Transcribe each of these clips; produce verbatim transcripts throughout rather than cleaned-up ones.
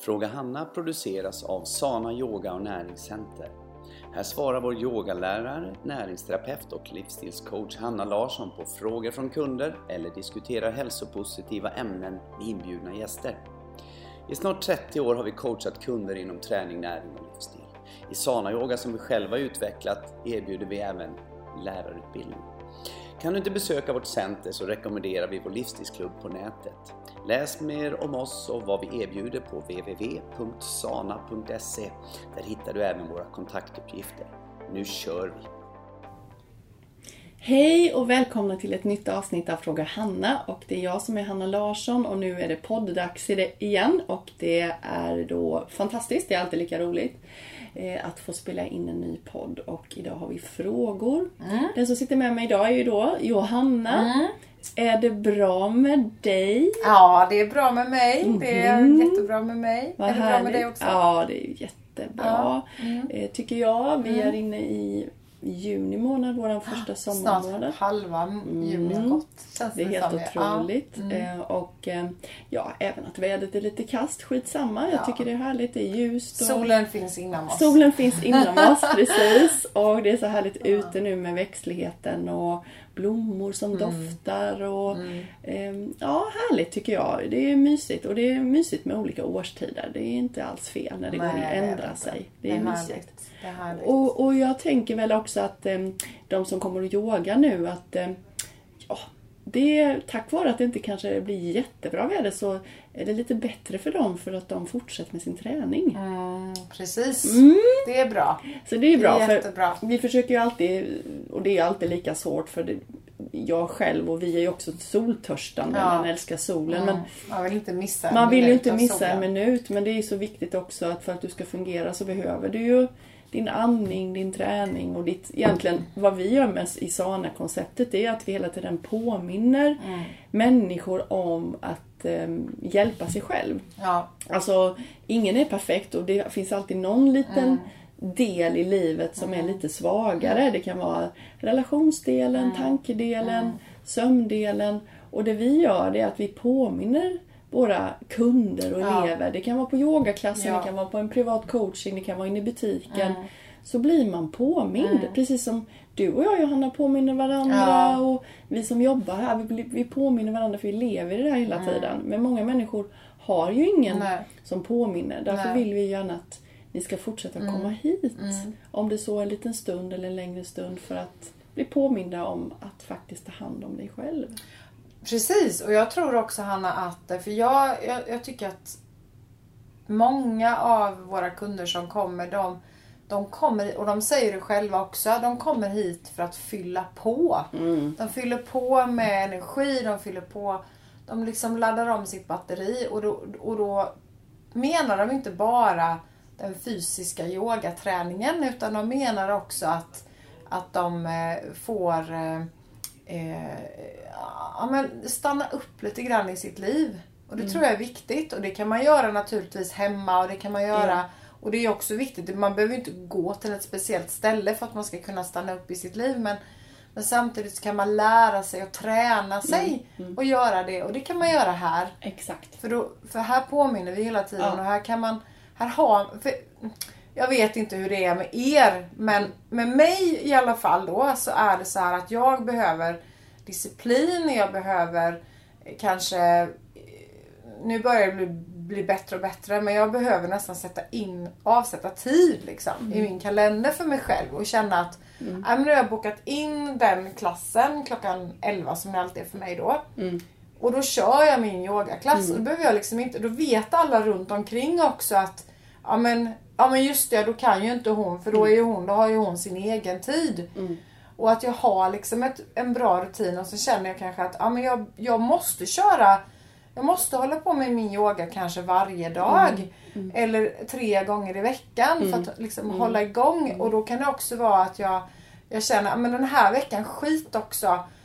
Fråga Hanna produceras av Sana Yoga och Näringscenter. Här svarar vår yogalärare, näringsterapeut och livsstilscoach Hanna Larsson på frågor från kunder eller diskuterar hälsopositiva ämnen med inbjudna gäster. I snart trettio år har vi coachat kunder inom träning, näring och livsstil. I Sana Yoga som vi själva utvecklat erbjuder vi även lärarutbildning. Kan du inte besöka vårt center så rekommenderar vi vår livsstilsklubb på nätet. Läs mer om oss och vad vi erbjuder på w w w punkt sana punkt se. Där hittar du även våra kontaktuppgifter. Nu kör vi! Hej och välkomna till ett nytt avsnitt av Fråga Hanna. Och det är jag som är Hanna Larsson och nu är det podddags igen. Och det är då fantastiskt, det är alltid lika roligt att få spela in en ny podd. Och idag har vi frågor. Mm. Den som sitter med mig idag är ju då Johanna. Mm. Är det bra med dig? Ja, det är bra med mig. Mm. Det är jättebra med mig. Vad är det härligt. bra med dig också? Ja, det är ju jättebra. Ja. Mm. Tycker jag. Vi mm. är inne i juni månad, vår första sommarmånad. Snart halva juni har gått. Känns det är helt otroligt. Ja. Mm. Och ja, även att vädret är lite kast, skitsamma. Jag ja. tycker det är härligt, det är ljust. Och solen finns inom oss. Solen finns inom oss, precis. Och det är så härligt ja. ute nu med växtligheten och blommor som mm. doftar. Och, mm. eh, ja, härligt tycker jag. Det är mysigt. Och det är mysigt med olika årstider. Det är inte alls fel när det Nej, går att ändra sig. Det är, det är mysigt. Det är härligt. Och, och jag tänker väl också att eh, de som kommer att yoga nu, att eh, ja, det är tack vare att det inte kanske blir jättebra väder så är det lite bättre för dem för att de fortsätter med sin träning. Mm, precis, mm. det är bra. Så det är bra, det är jättebra. För vi försöker ju alltid, och det är alltid lika svårt för det, jag själv och vi är ju också soltörstande, ja. man älskar solen. Mm. Men man vill inte missa en Man vill ju minut inte missa solen. en minut, men det är så viktigt också att för att du ska fungera så behöver du ju din andning, din träning och ditt, egentligen vad vi gör med i Sana-konceptet är att vi hela tiden påminner mm. människor om att um, hjälpa sig själv. Ja. Alltså, ingen är perfekt och det finns alltid någon liten mm. del i livet som mm. är lite svagare. Mm. Det kan vara relationsdelen, mm. tankedelen, mm. sömndelen. Och det vi gör det är att vi påminner våra kunder och ja. elever. Det kan vara på yogaklassen, ja. det kan vara på en privat coaching, det kan vara inne i butiken. Mm. Så blir man påmind. Mm. Precis som du och jag, Johanna, påminner varandra. Ja. Och vi som jobbar här, vi, vi påminner varandra för vi lever i det här hela mm. tiden. Men många människor har ju ingen Nej. som påminner. Därför Nej. vill vi gärna att ni ska fortsätta mm. komma hit. Mm. Om det så är en liten stund eller en längre stund. För att bli påminda om att faktiskt ta hand om dig själv. Precis, och jag tror också, Hanna, att för jag, jag, jag tycker att många av våra kunder som kommer, de, de kommer, och de säger det själva också, de kommer hit för att fylla på. Mm. De fyller på med energi, de fyller på, de liksom laddar om sitt batteri och då, och då menar de inte bara den fysiska yogaträningen, utan de menar också att, att de får eh, ja, men stanna upp lite grann i sitt liv. Och det mm. tror jag är viktigt. Och det kan man göra naturligtvis hemma. Och det kan man göra. Mm. Och det är också viktigt. Man behöver inte gå till ett speciellt ställe för att man ska kunna stanna upp i sitt liv. Men, men samtidigt kan man lära sig och träna sig. Mm. Mm. Och göra det. Och det kan man göra här. Exakt. För, då, för här påminner vi hela tiden. Ja. Och här kan man... Här har, för, jag vet inte hur det är med er. Men med mig i alla fall då. Så är det så här att jag behöver disciplin, jag behöver kanske, nu börjar det bli, bli bättre och bättre, men jag behöver nästan sätta in, avsätta tid liksom mm. i min kalender för mig själv och känna att mm. äh, men nu har jag bokat in den klassen klockan elva som det alltid är för mig då. Mm. Och då kör jag min yogaklass mm. och då behöver jag liksom inte, då vet alla runt omkring också att ja men, ja men just det, då kan ju inte hon, för då är ju hon, då har ju hon sin egen tid. Mm. Och att jag har liksom ett, en bra rutin och så känner jag kanske att ja, men jag, jag måste köra, jag måste hålla på med min yoga kanske varje dag. Mm. Mm. Eller tre gånger i veckan mm. för att liksom mm. hålla igång. Mm. Och då kan det också vara att jag, jag känner att den här veckan skit också.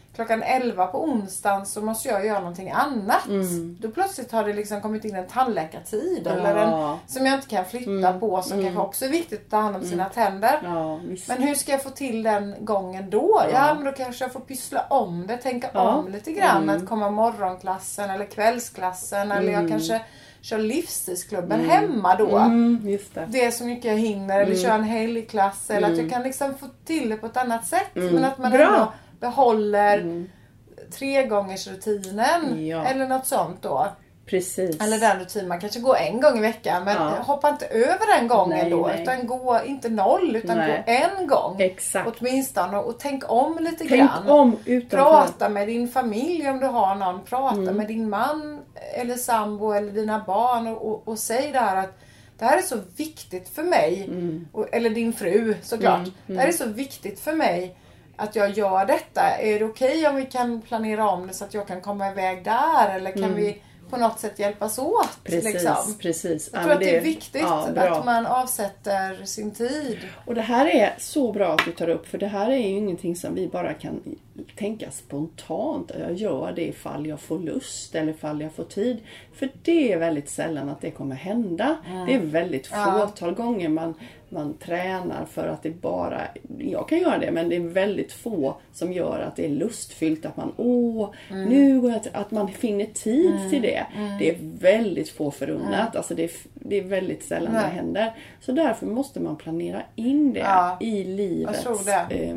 klockan elva på onsdagen så måste jag göra någonting annat. Mm. Då plötsligt har det liksom kommit in en tandläkartid. Ja. Eller en som jag inte kan flytta mm. på. Som mm. kanske också är viktigt att ta hand om sina mm. tänder. Ja, men hur ska jag få till den gången då? Ja, ja men då kanske jag får pyssla om det. Tänka ja. om lite grann. Mm. Att komma morgonklassen eller kvällsklassen. Mm. Eller jag kanske kör livsstilsklubben mm. hemma då. Mm, just det. det är så mycket jag hinner. Mm. Eller köra en helgklass. Eller mm. att jag kan liksom få till det på ett annat sätt. Mm. Men att man Bra. ändå behåller mm. tre gångers rutinen ja. eller något sånt då. Precis. Eller den rutinen, man kanske går en gång i veckan men ja. hoppa inte över den gången nej, då nej. utan gå inte noll utan nej. gå en gång. Exakt. Åtminstone och, och tänk om lite tänk grann. Om prata med din familj om du har någon, prata mm. med din man eller sambo eller dina barn och, och, och säg det här att det här är så viktigt för mig mm. och, eller din fru såklart. Mm. Mm. Det här är så viktigt för mig att jag gör detta. Är det okej okay om vi kan planera om det så att jag kan komma iväg där? Eller kan mm. vi på något sätt hjälpas åt? Precis, liksom? precis. Jag tror ja, att det är viktigt ja, att man avsätter sin tid. Och det här är så bra att du tar upp. För det här är ju ingenting som vi bara kan tänka spontant. Jag gör det ifall jag får lust eller ifall jag får tid. För det är väldigt sällan att det kommer hända. Mm. Det är väldigt fåtal ja. gånger man... man tränar för att det bara, jag kan göra det men det är väldigt få som gör att det är lustfyllt att man, åh, mm. nu går jag till, att man finner tid mm. till det. Mm. Det är väldigt få förunnat, mm. alltså det är, det är väldigt sällan Nej. det händer. Så därför måste man planera in det ja. i livets eh,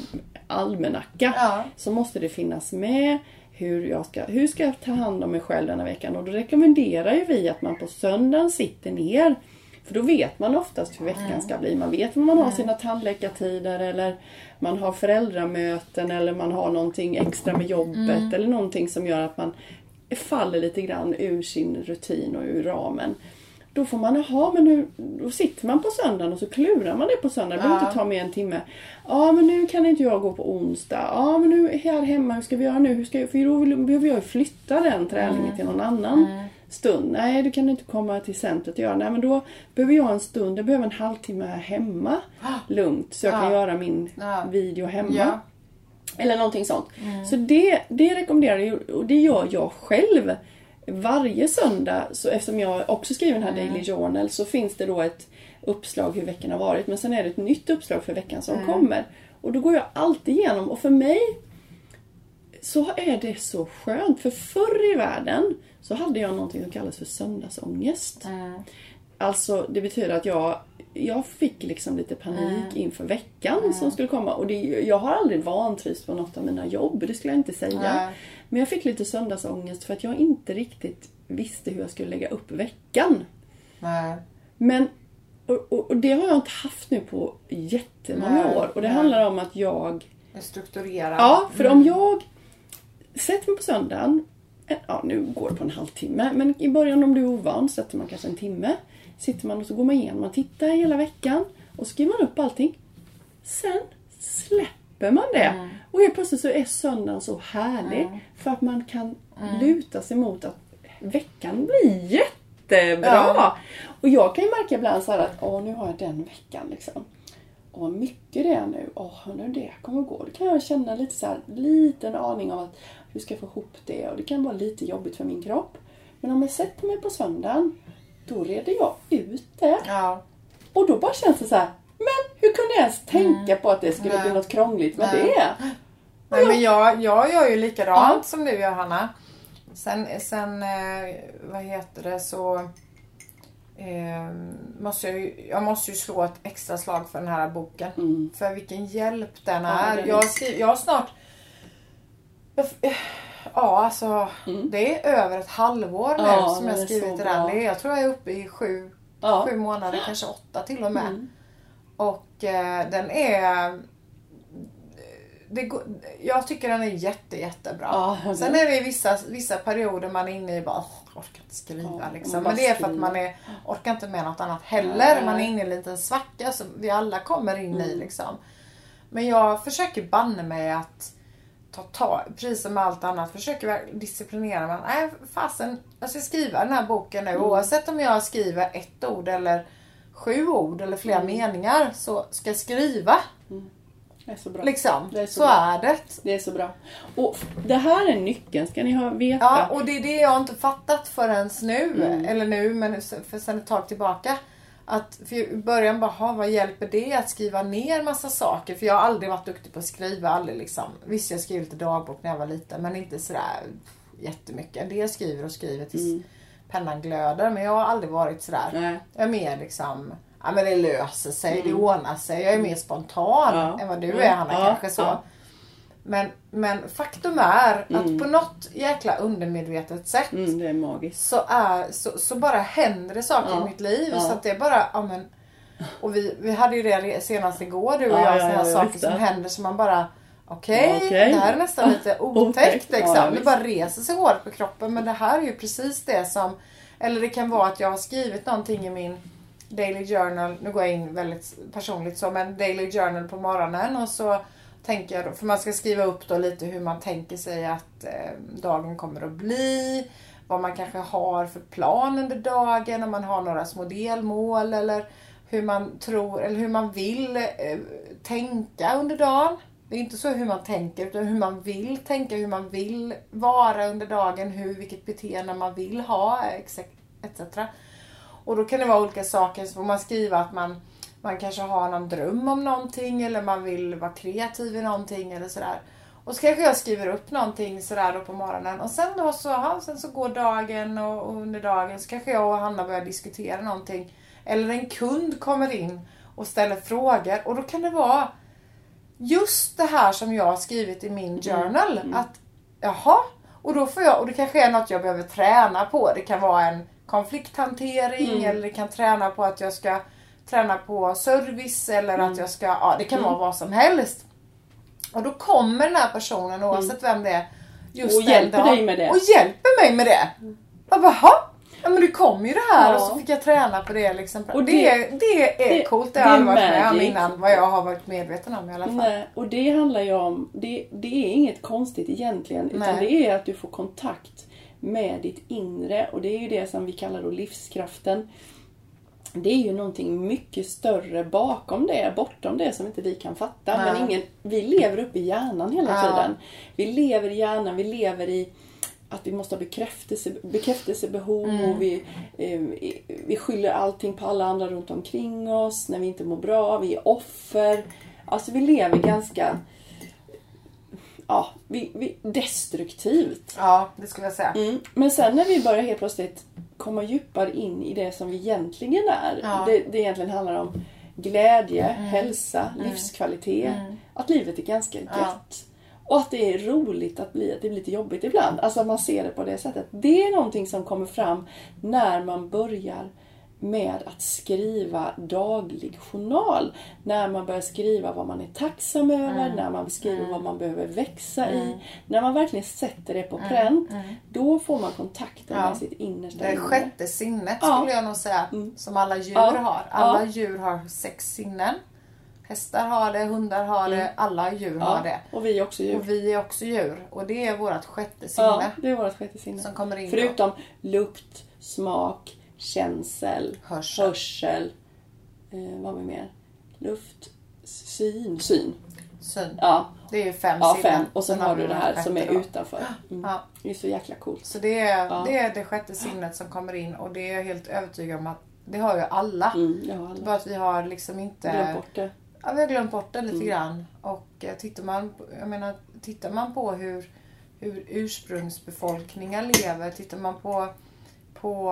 almanacka. Ja. Så måste det finnas med hur jag ska, hur ska jag ta hand om mig själv denna veckan. Och då rekommenderar ju vi att man på söndagen sitter ner. För då vet man oftast hur veckan ska bli. Man vet om man har sina tandläkartider eller man har föräldramöten eller man har någonting extra med jobbet mm. eller någonting som gör att man faller lite grann ur sin rutin och ur ramen. Då får man, aha, men nu, då sitter man på söndagen och så klurar man det på söndagen. Det behöver ja. inte ta mer en timme. Ja, men nu kan inte jag gå på onsdag. Ja, men nu här hemma, hur ska vi göra nu? Hur ska jag, för då behöver jag flytta den träningen mm. till någon annan. Mm. stund. Nej, du kan inte komma till centret och göra. Nej, men då behöver jag en stund. Jag behöver en halvtimme här hemma. Lugnt. Så jag ja. kan göra min ja. video hemma. Ja. Eller någonting sånt. Mm. Så det, det rekommenderar jag. Och det gör jag själv. Varje söndag. Så eftersom jag också skriver den här mm. Daily Journal. Så finns det då ett uppslag hur veckan har varit. Men sen är det ett nytt uppslag för veckan som mm. kommer. Och då går jag alltid igenom. Och för mig så är det så skönt. För förr i världen så hade jag någonting som kallas för söndagsångest. Mm. Alltså det betyder att jag, jag fick liksom lite panik mm. inför veckan mm. som skulle komma. Och det, jag har aldrig vantrivts på något av mina jobb, det skulle jag inte säga. Mm. Men jag fick lite söndagsångest för att jag inte riktigt visste hur jag skulle lägga upp veckan. Mm. Men och, och, och det har jag inte haft nu på jättemånga mm. år. Och det mm. handlar om att jag... strukturerar. Ja, för mm. om jag sätter mig på söndagen. Ja, nu går det på en halvtimme. Men i början om du är ovan sätter man kanske en timme. Sitter man och så går man igenom. Man tittar hela veckan. Och skriver man upp allting. Sen släpper man det. Mm. Och helt plötsligt så är söndagen så härlig. Mm. För att man kan mm. luta sig mot att veckan blir jättebra. Ja. Och jag kan ju märka ibland så här att åh, nu har jag den veckan liksom. Och vad mycket det är nu. Åh, nu det kommer gå. Då kan jag känna lite så här, liten aning av att hur ska jag få ihop det? Och det kan vara lite jobbigt för min kropp. Men om jag sätter mig på söndagen, då reder jag ut det. Ja. Och då bara känns det så här, men hur kunde jag ens tänka mm. på att det skulle Nej. bli något krångligt med Nej. det? Nej, men jag, jag gör ju likadant ja. som du gör, Hanna. Sen, sen eh, vad heter det, så eh, måste jag, ju, jag måste ju slå ett extra slag för den här boken. Mm. För vilken hjälp den är. Ja, den är... Jag, skriver, jag har snart... Ja, alltså mm. det är över ett halvår nu ja, som jag skrivit till den. Jag tror jag är uppe i sju, ja. sju månader, kanske åtta till och med. Mm. Och eh, den är... Det, jag tycker den är jätte, jättebra. Ja, Sen är det vissa, vissa perioder man är inne i bara, jag orkar inte skriva ja, liksom. Men det är för att man är, orkar inte med något annat heller. Ja. Man är inne i en liten svacka som vi alla kommer in mm. i liksom. Men jag försöker banna mig att ta tag, precis som med allt annat, försöker disciplinera mig. Nej, fasen, jag ska skriva den här boken nu. Mm. Oavsett om jag skriver ett ord eller sju ord eller flera mm. meningar, så ska jag skriva. Mm. Det är så bra. Liksom, det är så, så bra. är det. Det är så bra. Och det här är nyckeln, ska ni ha veta. Ja, och det är det jag inte fattat förrän nu. Mm. Eller nu, men för sen ett tag tillbaka. Att för i början bara, ha, vad hjälper det att skriva ner massa saker? För jag har aldrig varit duktig på att skriva. Aldrig liksom. Visst, jag skrev lite dagbok när jag var liten. Men inte sådär jättemycket. En del skriver och skriver tills mm. pennan glöder. Men jag har aldrig varit sådär. Nej. Jag är mer liksom... Ja, men det löser sig, mm. det ordnar sig. Jag är mer spontan ja. än vad du är, Hanna, ja. kanske så. Ja. Men, men faktum är att mm. på något jäkla undermedvetet sätt mm, det är magiskt. Så, är, så, så bara händer det saker ja. i mitt liv. Ja. Så att det är bara, ja men... Och vi, vi hade ju det senast igår, du och ja, jag, sådana här ja, saker som händer som man bara... Okej, okay, okay. det här är nästan lite otäckt liksom. Ja, det bara reser sig hårt på kroppen. Men det här är ju precis det som... Eller det kan vara att jag har skrivit någonting i min... Daily Journal, nu går jag in väldigt personligt så, men Daily Journal på morgonen och så tänker jag då, för man ska skriva upp då lite hur man tänker sig att eh, dagen kommer att bli, vad man kanske har för plan under dagen, om man har några små delmål eller hur man tror, eller hur man vill eh, tänka under dagen. Det är inte så hur man tänker utan hur man vill tänka, hur man vill vara under dagen, hur, vilket beteende man vill ha, et cetera. Och då kan det vara olika saker. Så får man skriva att man, man kanske har någon dröm om någonting. Eller man vill vara kreativ i någonting. Eller sådär. Och så kanske jag skriver upp någonting sådär då på morgonen. Och sen då så, ja, sen så går dagen och, och under dagen så kanske jag och Hanna börjar diskutera någonting. Eller en kund kommer in och ställer frågor. Och då kan det vara just det här som jag har skrivit i min journal. Mm. Mm. Att, jaha. Och då får jag, och det kanske är något jag behöver träna på. Det kan vara en konflikthantering mm. eller det kan träna på att jag ska träna på service eller mm. att jag ska, ja det kan mm. vara vad som helst. Och då kommer den här personen oavsett mm. vem det är just och hjälper dig med det. Och hjälper mig med det. Mm. Jag bara, ja men det kom ju det här ja. och så fick jag träna på det liksom. Och det, det, det är det, coolt, det har jag varit med om innan vad jag har varit medveten om i alla fall. Nej, och det handlar ju om, det, det är inget konstigt egentligen utan Nej. det är att du får kontakt med ditt inre och det är ju det som vi kallar då livskraften. Det är ju någonting mycket större bakom det, bortom det som inte vi kan fatta. Nej. Men ingen, vi lever upp i hjärnan hela ja. tiden. Vi lever i hjärnan, vi lever i att vi måste ha bekräftelse, bekräftelsebehov mm. och vi, eh, vi skyller allting på alla andra runt omkring oss när vi inte mår bra, vi är offer. Alltså vi lever ganska... Ja, vi, vi, destruktivt. Ja, det skulle jag säga. Mm. Men sen när vi börjar helt plötsligt komma djupare in i det som vi egentligen är. Ja. Det, det egentligen handlar om glädje, mm. hälsa, mm. livskvalitet. Mm. Att livet är ganska gött. Ja. Och att det är roligt att, bli, att det blir lite jobbigt ibland. Alltså man ser det på det sättet. Det är någonting som kommer fram när man börjar med att skriva daglig journal. När man börjar skriva vad man är tacksam över. Mm. När man beskriver mm. vad man behöver växa mm. i. När man verkligen sätter det på pränt. Mm. Mm. Då får man kontakten ja. med sitt innersta. Det är sjätte sinnet ja. skulle jag nog säga. Mm. Som alla djur ja. har. Alla ja. djur har sex sinnen. Hästar har det, hundar har mm. det, alla djur ja. har det. Och vi är också djur. Och vi är också djur. Och det är vårt sjätte sinne. Ja, det är vårt sjätte sinne. Som kommer in förutom då. lukt, smak, känsel, hörsel, hörsel eh, vad var mer? Luft, syn, syn. Syn. Ja. Det är ju fem ja, sinnen. Fem. Och sen har du det här som är då. utanför. Mm. Ja. Det är så jäkla coolt. Så det är, ja. det är det sjätte sinnet som kommer in och det är jag helt övertygad om att det har ju alla. Mm, det har alla. Bara att vi har liksom inte glömt bort det. Ja, vi har glömt bort det lite mm. grann. Och eh, tittar man, jag menar, tittar man på hur, hur ursprungsbefolkningar lever, tittar man på på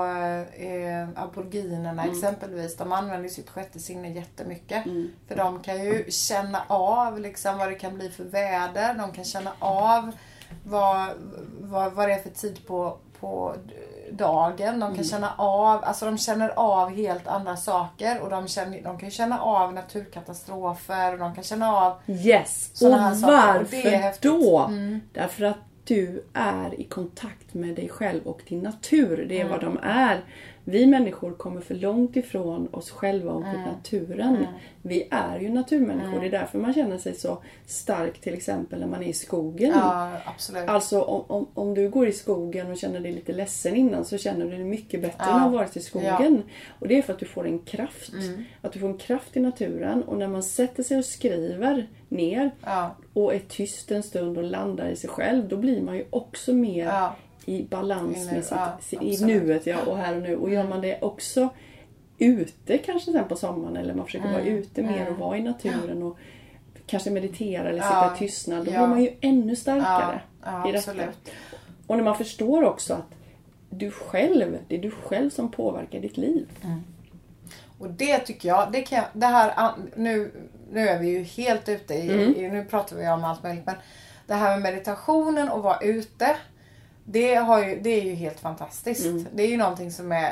eh, aboriginerna mm. exempelvis, de använder sitt sjätte sinne jättemycket. Mm. För de kan ju känna av liksom vad det kan bli för väder, de kan känna av vad, vad, vad det är för tid på, på dagen, de kan mm. känna av, alltså de känner av helt andra saker och de, känner, de kan känna av naturkatastrofer och de kan känna av yes, och här varför och det är då? Mm. Därför att du är i kontakt med dig själv och din natur. Det är mm. vad de är. Vi människor kommer för långt ifrån oss själva och mm. naturen. Mm. Vi är ju naturmänniskor. Mm. Det är därför man känner sig så stark till exempel när man är i skogen. Ja, absolut. Alltså om, om, om du går i skogen och känner dig lite ledsen innan så känner du dig mycket bättre ja. än att ha varit i skogen. Ja. Och det är för att du får en kraft. Mm. Att du får en kraft i naturen. Och när man sätter sig och skriver ner Ja. och är tyst en stund och landar i sig själv, då blir man ju också mer Ja. i balans I nu, med sitt, ja, i nuet ja, och här och nu. Och gör man det också ute kanske sen på sommaren, eller man försöker Mm. vara ute mer Mm. och vara i naturen och kanske meditera eller Ja. sitta i tystnad, då Ja. blir man ju ännu starkare Ja. Ja, i detta. absolut. Och när man förstår också att du själv, det är du själv som påverkar ditt liv. Mm. Och det tycker jag, det kan jag, det här, nu, nu är vi ju helt ute i, Mm. i, nu pratar vi om allt möjligt, men det här med meditationen och vara ute, det, har ju, det är ju helt fantastiskt. Mm. Det är ju någonting som är,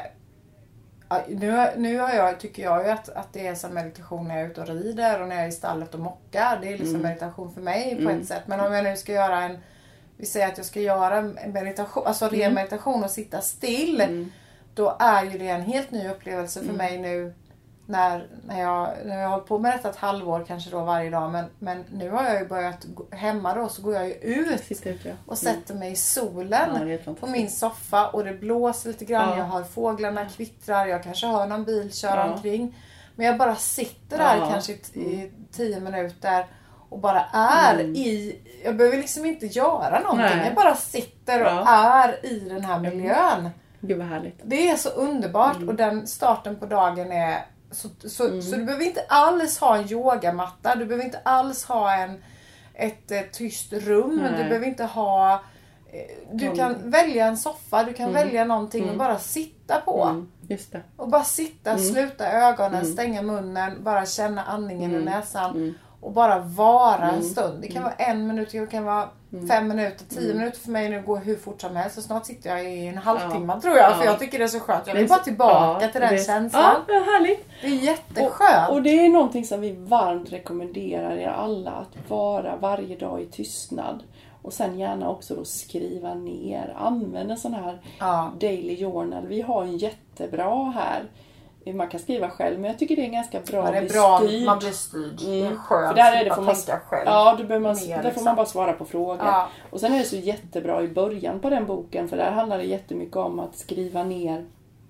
nu, nu har jag, tycker jag ju att, att det är som meditation när jag är ute och rider och när jag är i stallet och mockar. Det är liksom Mm. meditation för mig på Mm. ett sätt. Men om jag nu ska göra en, vi säger att jag ska göra en meditation, alltså ren Mm. meditation och sitta still. Mm. Då är ju det en helt ny upplevelse för Mm. mig nu. När, när, jag, när jag har hållit på med detta ett halvår kanske då varje dag. Men, men nu har jag ju börjat gå, hemma då, så går jag ju ut Sitta ute, ja. och sätter mig i solen Ja, det är på fantastiskt. min soffa. Och det blåser lite grann. Ja. Jag hör fåglarna kvittrar. Jag kanske hör någon bil köra Ja. omkring. Men jag bara sitter där Ja. kanske i, i tio minuter. Och bara är Mm. i... Jag behöver liksom inte göra någonting. Nej. Jag bara sitter och Ja. är i den här miljön. Gud vad härligt. Det är så underbart. Mm. Och den starten på dagen är... Så, så, Mm. så du behöver inte alls ha en yogamatta. Du behöver inte alls ha en, ett, ett tyst rum. Nej. Du behöver inte ha... eh, Du Mm. kan välja en soffa. Du kan Mm. välja någonting och Mm. bara sitta på. Mm. Just det. Och bara sitta, Mm. sluta ögonen, Mm. stänga munnen. Bara känna andningen Mm. ur näsan. Mm. Och bara vara Mm. en stund. Det kan Mm. vara en minut, det kan vara Mm. fem minuter, tio Mm. minuter för mig nu går hur fort som helst. Så snart sitter jag i en halvtimme Ja. tror jag. Ja. För jag tycker det är så skönt. Jag Det är vill bara så- tillbaka ja, till den det- känslan. Ja, härligt. Det är jätteskönt. Och, och det är någonting som vi varmt rekommenderar er alla, att vara varje dag i tystnad. Och sen gärna också då skriva ner. Använd en sån här Ja. daily journal. Vi har en jättebra här. Man kan skriva själv, men jag tycker det är ganska bra Ja, att det är bli bra, styrd. man blir styrd. Det är Mm. skönt För där är det att får man, tänka själv. ja, då, behöver man, Mer, där får liksom. man bara svara på frågor. Ja. Och sen är det så jättebra i början på den boken, för där handlar det jättemycket om att skriva ner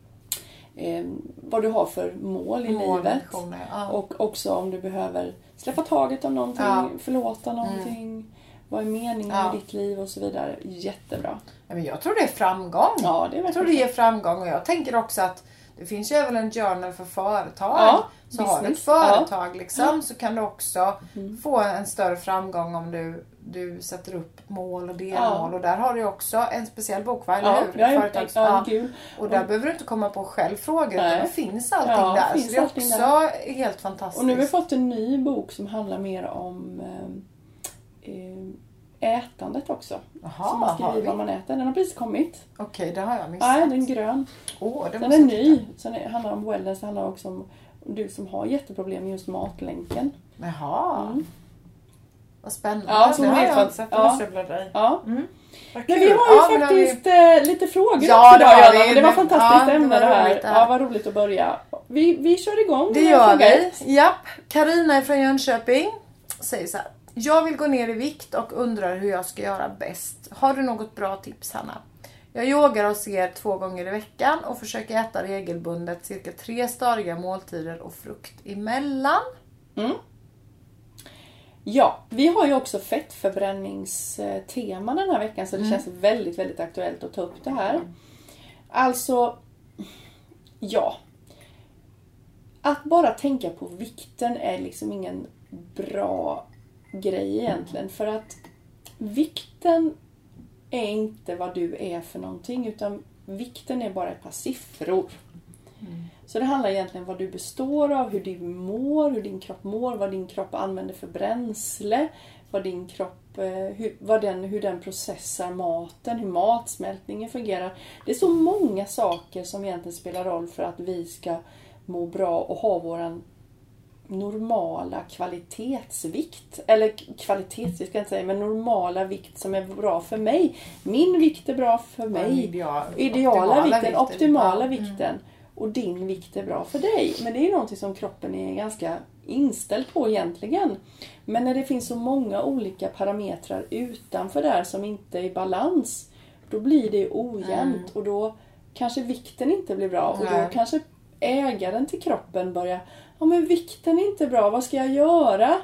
eh, vad du har för mål i Mål, livet. visioner, ja. Och också om du behöver släppa taget om någonting, Ja. förlåta någonting. Vad är meningen Ja. med ditt liv och så vidare. Jättebra. Ja, men jag tror det är framgång. Ja, det är Jag tror det verkligen ger framgång. Och jag tänker också att det finns ju även en journal för företag. Ja, så har du ett business. företag liksom, så kan du också Mm. få en större framgång om du, du sätter upp mål och delmål. Ja. Och där har du också en speciell bok, va? Eller Ja, hur? jag har gjort Företags- det. Ja, ja. kul. Och där behöver du inte komma på själv frågor, utan Nej. det finns allting Ja, där. finns Så det är allting också där. helt fantastiskt. Och nu har vi fått en ny bok som handlar mer om eh, eh, ätandet också. Jaha, som man har skriver vi? vad man äter. Den har precis kommit. Okej, det har jag missat. Nej, den är grön. Åh, det Den måste är jag ny. titta. Sen är- handlar om wellness. Det handlar också om du som har jätteproblem med just matlänken. Jaha. Mm. Vad spännande. Ja, så det har vet jag man- inte sett. ja. Det måste jag bläddra i. Ja. Mm. Vad Men kul. vi har ju Ja, men har vi- faktiskt eh, lite frågor Ja, också det idag, har Jonna, vi. men det var Men- fantastiskt ja, det ämne var det här. roligt det här. Ja, vad roligt att börja. Vi, vi kör igång. Det med gör frågor. vi. Japp. Carina från Jönköping säger så här. Jag vill gå ner i vikt och undrar hur jag ska göra bäst. Har du något bra tips, Hanna? Jag yogar och ser två gånger i veckan och försöker äta regelbundet cirka tre stadiga måltider och frukt emellan. Mm. Ja, vi har ju också fettförbränningstema den här veckan, så det Mm. känns väldigt, väldigt aktuellt att ta upp det här. Alltså, ja. Att bara tänka på vikten är liksom ingen bra grej egentligen. För att vikten är inte vad du är för någonting, utan vikten är bara ett par siffror. Mm. Så det handlar egentligen om vad du består av, hur du mår, hur din kropp mår, vad din kropp använder för bränsle, vad din kropp, eh, hur, vad den, hur den processar maten, hur matsmältningen fungerar. Det är så många saker som egentligen spelar roll för att vi ska må bra och ha våran normala kvalitetsvikt. Eller kvalitetsvikt ska jag inte säga, men normala vikt som är bra för mig. Min vikt är bra för mig. Ideal, Ideala vikten, vikten. optimala Ja. vikten. Och din vikt är bra för dig. Men det är ju någonting som kroppen är ganska inställd på egentligen. Men när det finns så många olika parametrar utanför där som inte är i balans, då blir det ojämnt. Mm. Och då kanske vikten inte blir bra. Och då Nej. kanske ägaren till kroppen börjar, ja men vikten är inte bra, vad ska jag göra?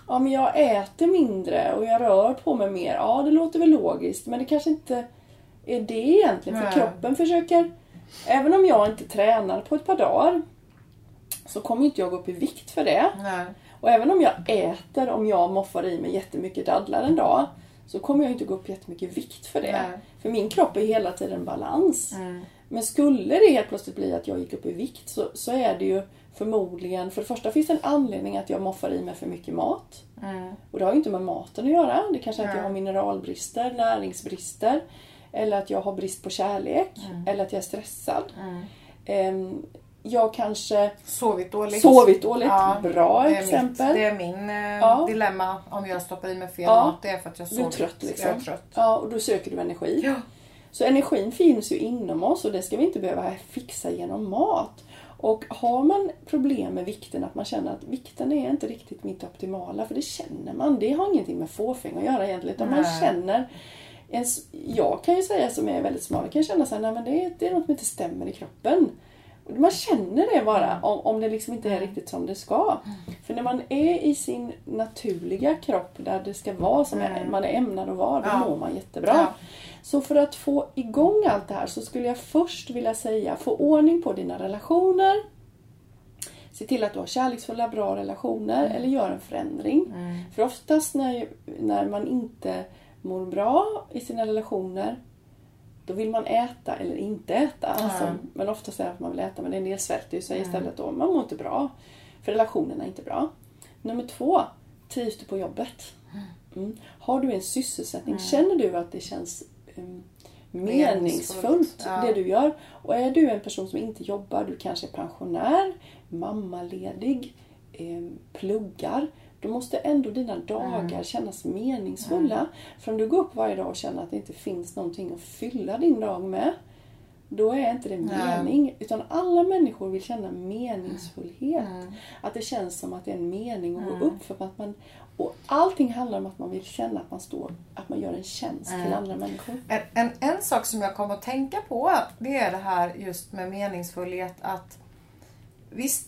ja men jag äter mindre och jag rör på mig mer. Ja, det låter väl logiskt, men det kanske inte är det egentligen. För kroppen försöker, även om jag inte tränar på ett par dagar, så kommer inte jag gå upp i vikt för det. Nej. Och även om jag äter, om jag moffar i mig jättemycket dadlar en dag, så kommer jag inte gå upp jättemycket vikt för det. Nej. För min kropp är hela tiden balans. Mm. Men skulle det helt plötsligt bli att jag gick upp i vikt, så, så är det ju förmodligen, för det första finns det en anledning att jag moffar i mig för mycket mat. Mm. Och det har ju inte med maten att göra. Det kanske är att Nej. jag har mineralbrister, näringsbrister. Eller att jag har brist på kärlek. Mm. Eller att jag är stressad. Mm. Um, jag kanske sovit dåligt. Sovit dåligt. Ja, Bra det exempel. Mitt, det är min eh, Ja. dilemma om jag stoppar i mig fel Ja. mat. Det är för att jag Du är sovit. trött liksom. Jag är trött. Ja, och då söker du energi. Ja. Så energin finns ju inom oss och det ska vi inte behöva fixa genom mat. Och har man problem med vikten, att man känner att vikten är inte riktigt mitt optimala, för det känner man. Det har ingenting med fåfäng att göra egentligen. Utan man känner, en, jag kan ju säga som är väldigt smal, jag kan känna så här, nej men det, det är något som inte stämmer i kroppen. Och man känner det bara om, om det liksom inte är riktigt som det ska. För när man är i sin naturliga kropp där det ska vara som mm. man är ämnad att vara, då ja. mår man jättebra. Ja. Så för att få igång allt det här så skulle jag först vilja säga, få ordning på dina relationer. Se till att du har kärleksfulla, bra relationer mm. eller gör en förändring. Mm. För oftast när, när man inte mår bra i sina relationer, då vill man äta eller inte äta. Mm. Alltså, men oftast är det att man vill äta, men en del svälter ju sig mm. istället då. Man mår inte bra. För relationerna är inte bra. Nummer två, trivs du på jobbet? Mm. Har du en sysselsättning? Mm. Känner du att det känns um, meningsfullt, ja. det du gör? Och är du en person som inte jobbar, du kanske är pensionär, mammaledig, um, pluggar, då måste ändå dina dagar mm. kännas meningsfulla. Mm. För om du går upp varje dag och känner att det inte finns någonting att fylla din dag med, då är inte det mening. Mm. Utan alla människor vill känna meningsfullhet. Mm. Att det känns som att det är en mening att mm. gå upp. För att man, och allting handlar om att man vill känna att man står, att man gör en tjänst mm. till andra människor. En, en, en sak som jag kommer att tänka på, det är det här just med meningsfullhet. Att visst,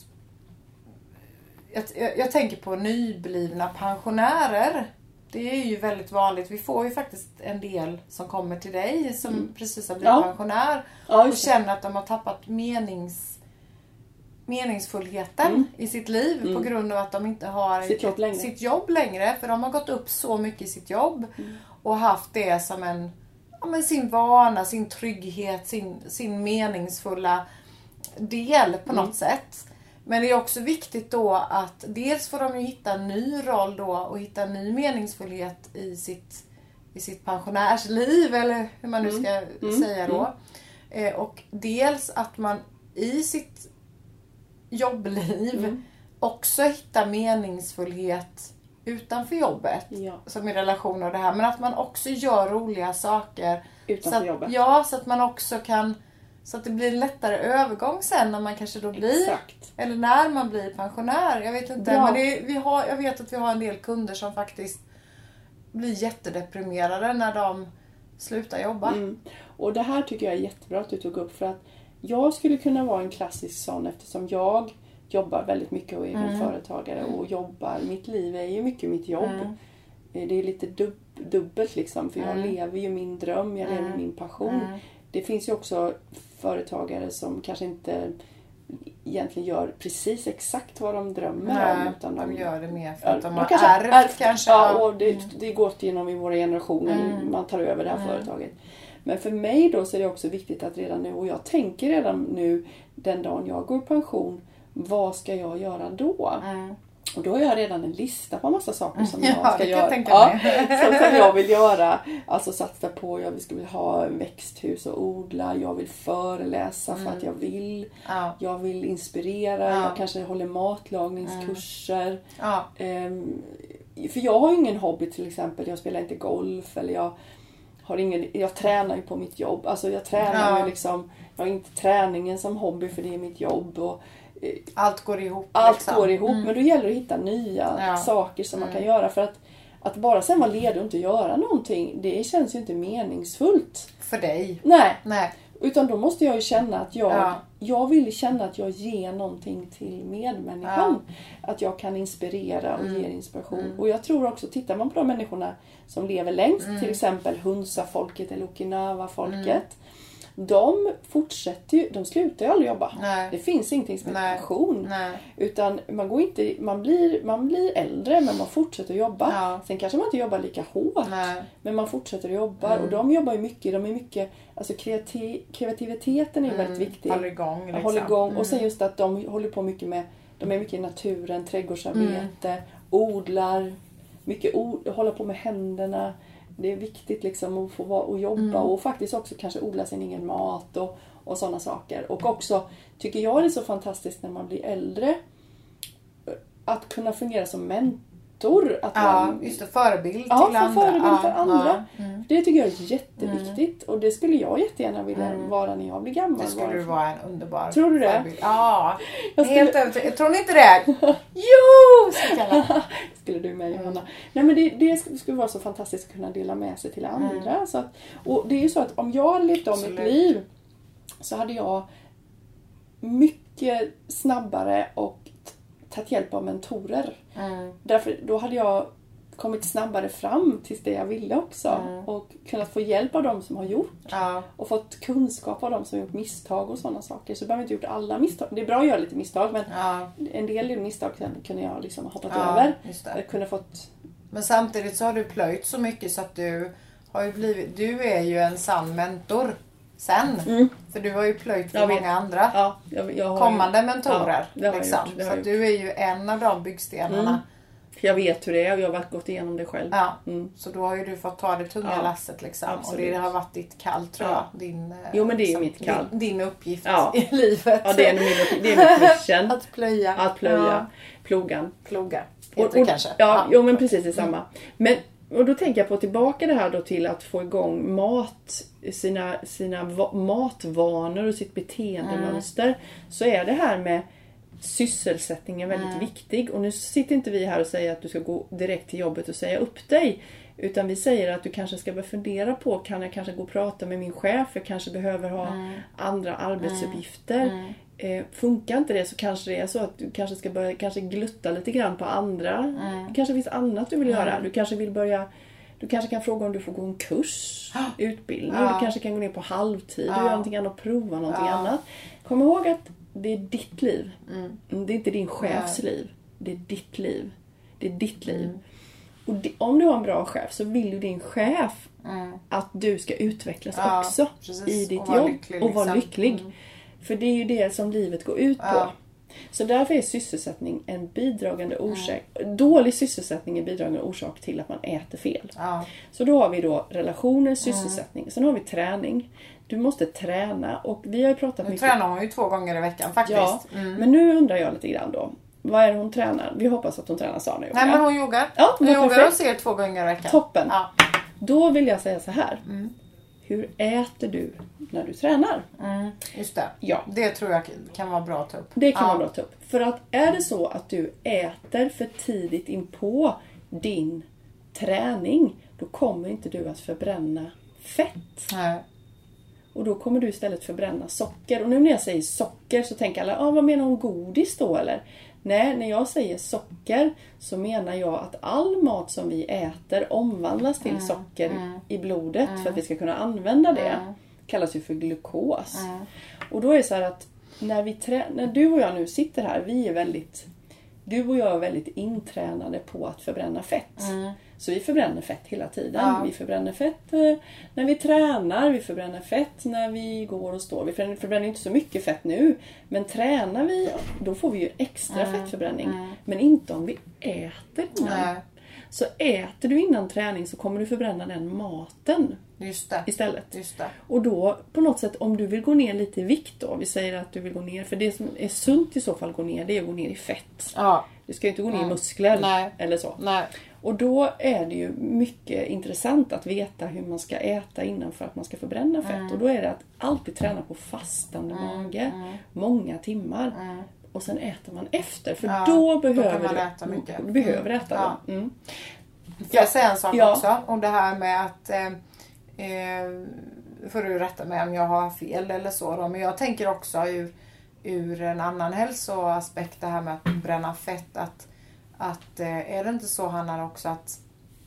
Jag, jag, jag tänker på nyblivna pensionärer. Det är ju väldigt vanligt. Vi får ju faktiskt en del som kommer till dig som mm. precis har blivit ja. pensionär. Ja, och känner att de har tappat menings, meningsfullheten mm. i sitt liv. Mm. På grund av att de inte har sitt jobb, längre. sitt jobb längre. För de har gått upp så mycket i sitt jobb. Mm. Och haft det som en, ja, men sin vana, sin trygghet, sin, sin meningsfulla del på mm. något sätt. Men det är också viktigt då att dels får de ju hitta en ny roll då och hitta en ny meningsfullhet i sitt, i sitt pensionärsliv, eller hur man nu ska mm. säga då. Mm. Eh, och dels att man i sitt jobbliv mm. också hittar meningsfullhet utanför jobbet. Ja. Som i relation och det här. Men att man också gör roliga saker. Utanför att, jobbet. Ja, så att man också kan... Så att det blir en lättare övergång sen när man kanske då blir... Exakt. Eller när man blir pensionär. Jag vet inte. Ja. Men det, vi har, jag vet att vi har en del kunder som faktiskt blir jättedeprimerade när de slutar jobba. Mm. Och det här tycker jag är jättebra att du tog upp. För att jag skulle kunna vara en klassisk sån eftersom jag jobbar väldigt mycket och är egen mm. företagare. Och jobbar. Mitt liv är ju mycket mitt jobb. Mm. Det är lite dub, dubbelt liksom. För jag mm. lever ju min dröm. Jag lever mm. min passion. Mm. Det finns ju också företagare som kanske inte egentligen gör precis exakt vad de drömmer Nej, om. Utan de, de gör det mer för att de, de har kanske ärvt, ärvt kanske. Ja, och det, det gått genom i våra generationer. Mm. Man tar över det här mm. företaget. Men för mig då så är det också viktigt att redan nu, och jag tänker redan nu den dagen jag går i pension, vad ska jag göra då? Mm. Och då har jag redan en lista på en massa saker som jag ja, ska det göra. Kan ja, som, som jag vill göra. Alltså satsa på, jag vill ha växthus och odla. Jag vill föreläsa mm. för att jag vill. Ja. Jag vill inspirera. Ja. Jag kanske håller matlagningskurser. Mm. Ja. Um, för jag har ju ingen hobby till exempel. Jag spelar inte golf. Eller jag, har ingen, jag tränar ju på mitt jobb. Alltså jag tränar ja. ju liksom. Jag har inte träningen som hobby för det är mitt jobb. Och allt går ihop. Allt liksom. går ihop. Mm. Men då gäller det att hitta nya ja. saker som mm. man kan göra. För att, att bara sen vara ledig och inte göra någonting, det känns ju inte meningsfullt. För dig. Nej. Nej. Utan då måste jag ju känna att jag, ja. jag vill känna att jag ger någonting till medmänniskan. Ja. Att jag kan inspirera och mm. ge inspiration. Mm. Och jag tror också, tittar man på de människorna som lever längst, mm. till exempel Hunsa-folket eller Okinawa-folket. Mm. De fortsätter ju, de slutar ju aldrig jobba. Nej. Det finns ingenting som är pension. Utan man går inte, man blir, man blir äldre men man fortsätter att jobba. Ja. Sen kanske man inte jobbar lika hårt. Nej. Men man fortsätter att jobba. Mm. Och de jobbar ju mycket, de är mycket, alltså kreativ, kreativiteten är mm. väldigt viktig. Håller igång. Liksom. Håller igång. Mm. Och sen just att de håller på mycket med, de är mycket i naturen, trädgårdsarbete, mm. odlar, mycket od, håller på med händerna. Det är viktigt liksom att få vara och jobba mm. och faktiskt också kanske odla sin egen mat och, och sådana saker. Och också tycker jag det är så fantastiskt när man blir äldre att kunna fungera som mentor. Att ja, man, just det, förebild till ja, andra. Ja, förebild ja, för andra. Ja, mm. Det tycker jag är jätteviktigt mm. och det skulle jag jättegärna vilja mm. vara när jag blir gammal. Det skulle du vara en underbar Tror du det? Förebild. Ja, jag skulle... helt övertygad. Tror ni inte det? Jo! Skulle du med Johanna. Mm. Nej men det, det skulle vara så fantastiskt att kunna dela med sig till andra. Mm. Så att, och det är ju så att om jag hade levt om mitt liv så hade jag mycket snabbare och tagit hjälp av mentorer. Mm. Därför då hade jag kommit snabbare fram till det jag ville också. Mm. Och kunnat få hjälp av dem som har gjort. Ja. Och fått kunskap av dem som har gjort misstag och sådana saker. Så jag behöver inte gjort alla misstag. Det är bra att göra lite misstag. Men ja. en del misstag kunde jag liksom ha hoppat ja, över. Jag kunde fått... Men samtidigt så har du plöjt så mycket så att du har ju blivit... Du är ju en sann mentor. Sen. Mm. För du har ju plöjt för många andra. Ja, jag, jag kommande ju, mentorer. Ja, liksom. Så att du är ju en av de byggstenarna. Mm. Jag vet hur det är och jag har gått igenom det själv. Ja, mm. Så då har ju du fått ta det tunga ja, lasset liksom. Absolut. Och det har varit ditt kall tror jag. Din, jo men det är ju mitt kall. Din, din uppgift ja. i livet. Ja det är min, det är mitt mission. Att plöja. Att plöja. Ja. Plogan. Ploga. Och, och, kanske. Ja, ja. Jo men precis detsamma. Mm. Men och då tänker jag på tillbaka det här då till att få igång mat, sina, sina va, matvanor och sitt beteendemönster. Mm. Så är det här med sysselsättning är väldigt mm. viktig. Och nu sitter inte vi här och säger att du ska gå direkt till jobbet och säga upp dig. Utan vi säger att du kanske ska börja fundera på, kan jag kanske gå och prata med min chef? Jag kanske behöver ha mm. andra arbetsuppgifter. Mm. Eh, funkar inte det så kanske det är så att du kanske ska börja kanske glutta lite grann på andra. Mm. Det kanske finns annat du vill mm. göra. Du kanske vill börja, du kanske kan fråga om du får gå en kurs, oh. utbildning. Ja. Du kanske kan gå ner på halvtid ja. och göra någonting annat och prova någonting ja. annat. Kom ihåg att det är ditt liv. Mm. Det är inte din chefs ja. liv. Det är ditt liv. Det är ditt liv. Mm. Och det, om du har en bra chef så vill ju din chef mm. att du ska utvecklas ja, också precis. i ditt och jobb. Lycklig, och vara lycklig. Mm. För det är ju det som livet går ut på. Ja. Så därför är sysselsättning en bidragande orsak. Mm. Dålig sysselsättning är en bidragande orsak till att man äter fel. Ja. Så då har vi då relationer, sysselsättning. Mm. Sen har vi träning. Du måste träna. Och vi har ju pratat nu mycket. Nu tränar hon ju två gånger i veckan faktiskt. Ja, mm. men nu undrar jag lite grann då. Vad är det hon tränar? Vi hoppas att hon tränar Sana yoga. Nej men hon yogar. Ja, hon yogar och ser två gånger i veckan. Toppen. Ja. Då vill jag säga så här. Mm. Hur äter du när du tränar? Mm, just det. Ja. Det tror jag kan vara bra att ta upp. Det kan ja. vara bra att ta upp. För att är det så att du äter för tidigt in på din träning, då kommer inte du att förbränna fett. Nej. Och då kommer du istället förbränna socker. Och nu när jag säger socker så tänker alla, ah, vad menar hon, godis då eller? Nej, när jag säger socker så menar jag att all mat som vi äter omvandlas till mm, socker mm, i blodet mm, för att vi ska kunna använda det. Mm. Kallas ju för glukos. Mm. Och då är det så här att när, vi trä- när du och jag nu sitter här, vi är väldigt, du och jag är väldigt intränade på att förbränna fett. Mm. Så vi förbränner fett hela tiden. Ja. Vi förbränner fett eh, när vi tränar. Vi förbränner fett när vi går och står. Vi förbränner, förbränner inte så mycket fett nu. Men tränar vi, då får vi ju extra mm. fettförbränning. Mm. Men inte om vi äter innan. Nej. Så äter du innan träning så kommer du förbränna den maten. Just det. Istället. Just det. Och då på något sätt, om du vill gå ner lite i vikt då. Vi säger att du vill gå ner. För det som är sunt i så fall gå ner, det är att gå ner i fett. Ja. Du ska ju inte gå ner mm. i muskler. Nej. Eller så. Nej. Och då är det ju mycket intressant att veta hur man ska äta innan för att man ska förbränna fett. Mm. Och då är det att alltid träna på fastande mm. mage. Mm. Många timmar. Mm. Och sen äter man efter. För ja, då behöver då man äta mycket. Du behöver äta ja. då. Mm. Får jag säga en sak ja. också? Om det här med att... Eh, eh, får du rätta mig om jag har fel eller så då. Men jag tänker också ur, ur en annan hälsoaspekt det här med att bränna fett. Att, att är det inte så, Hanna, också att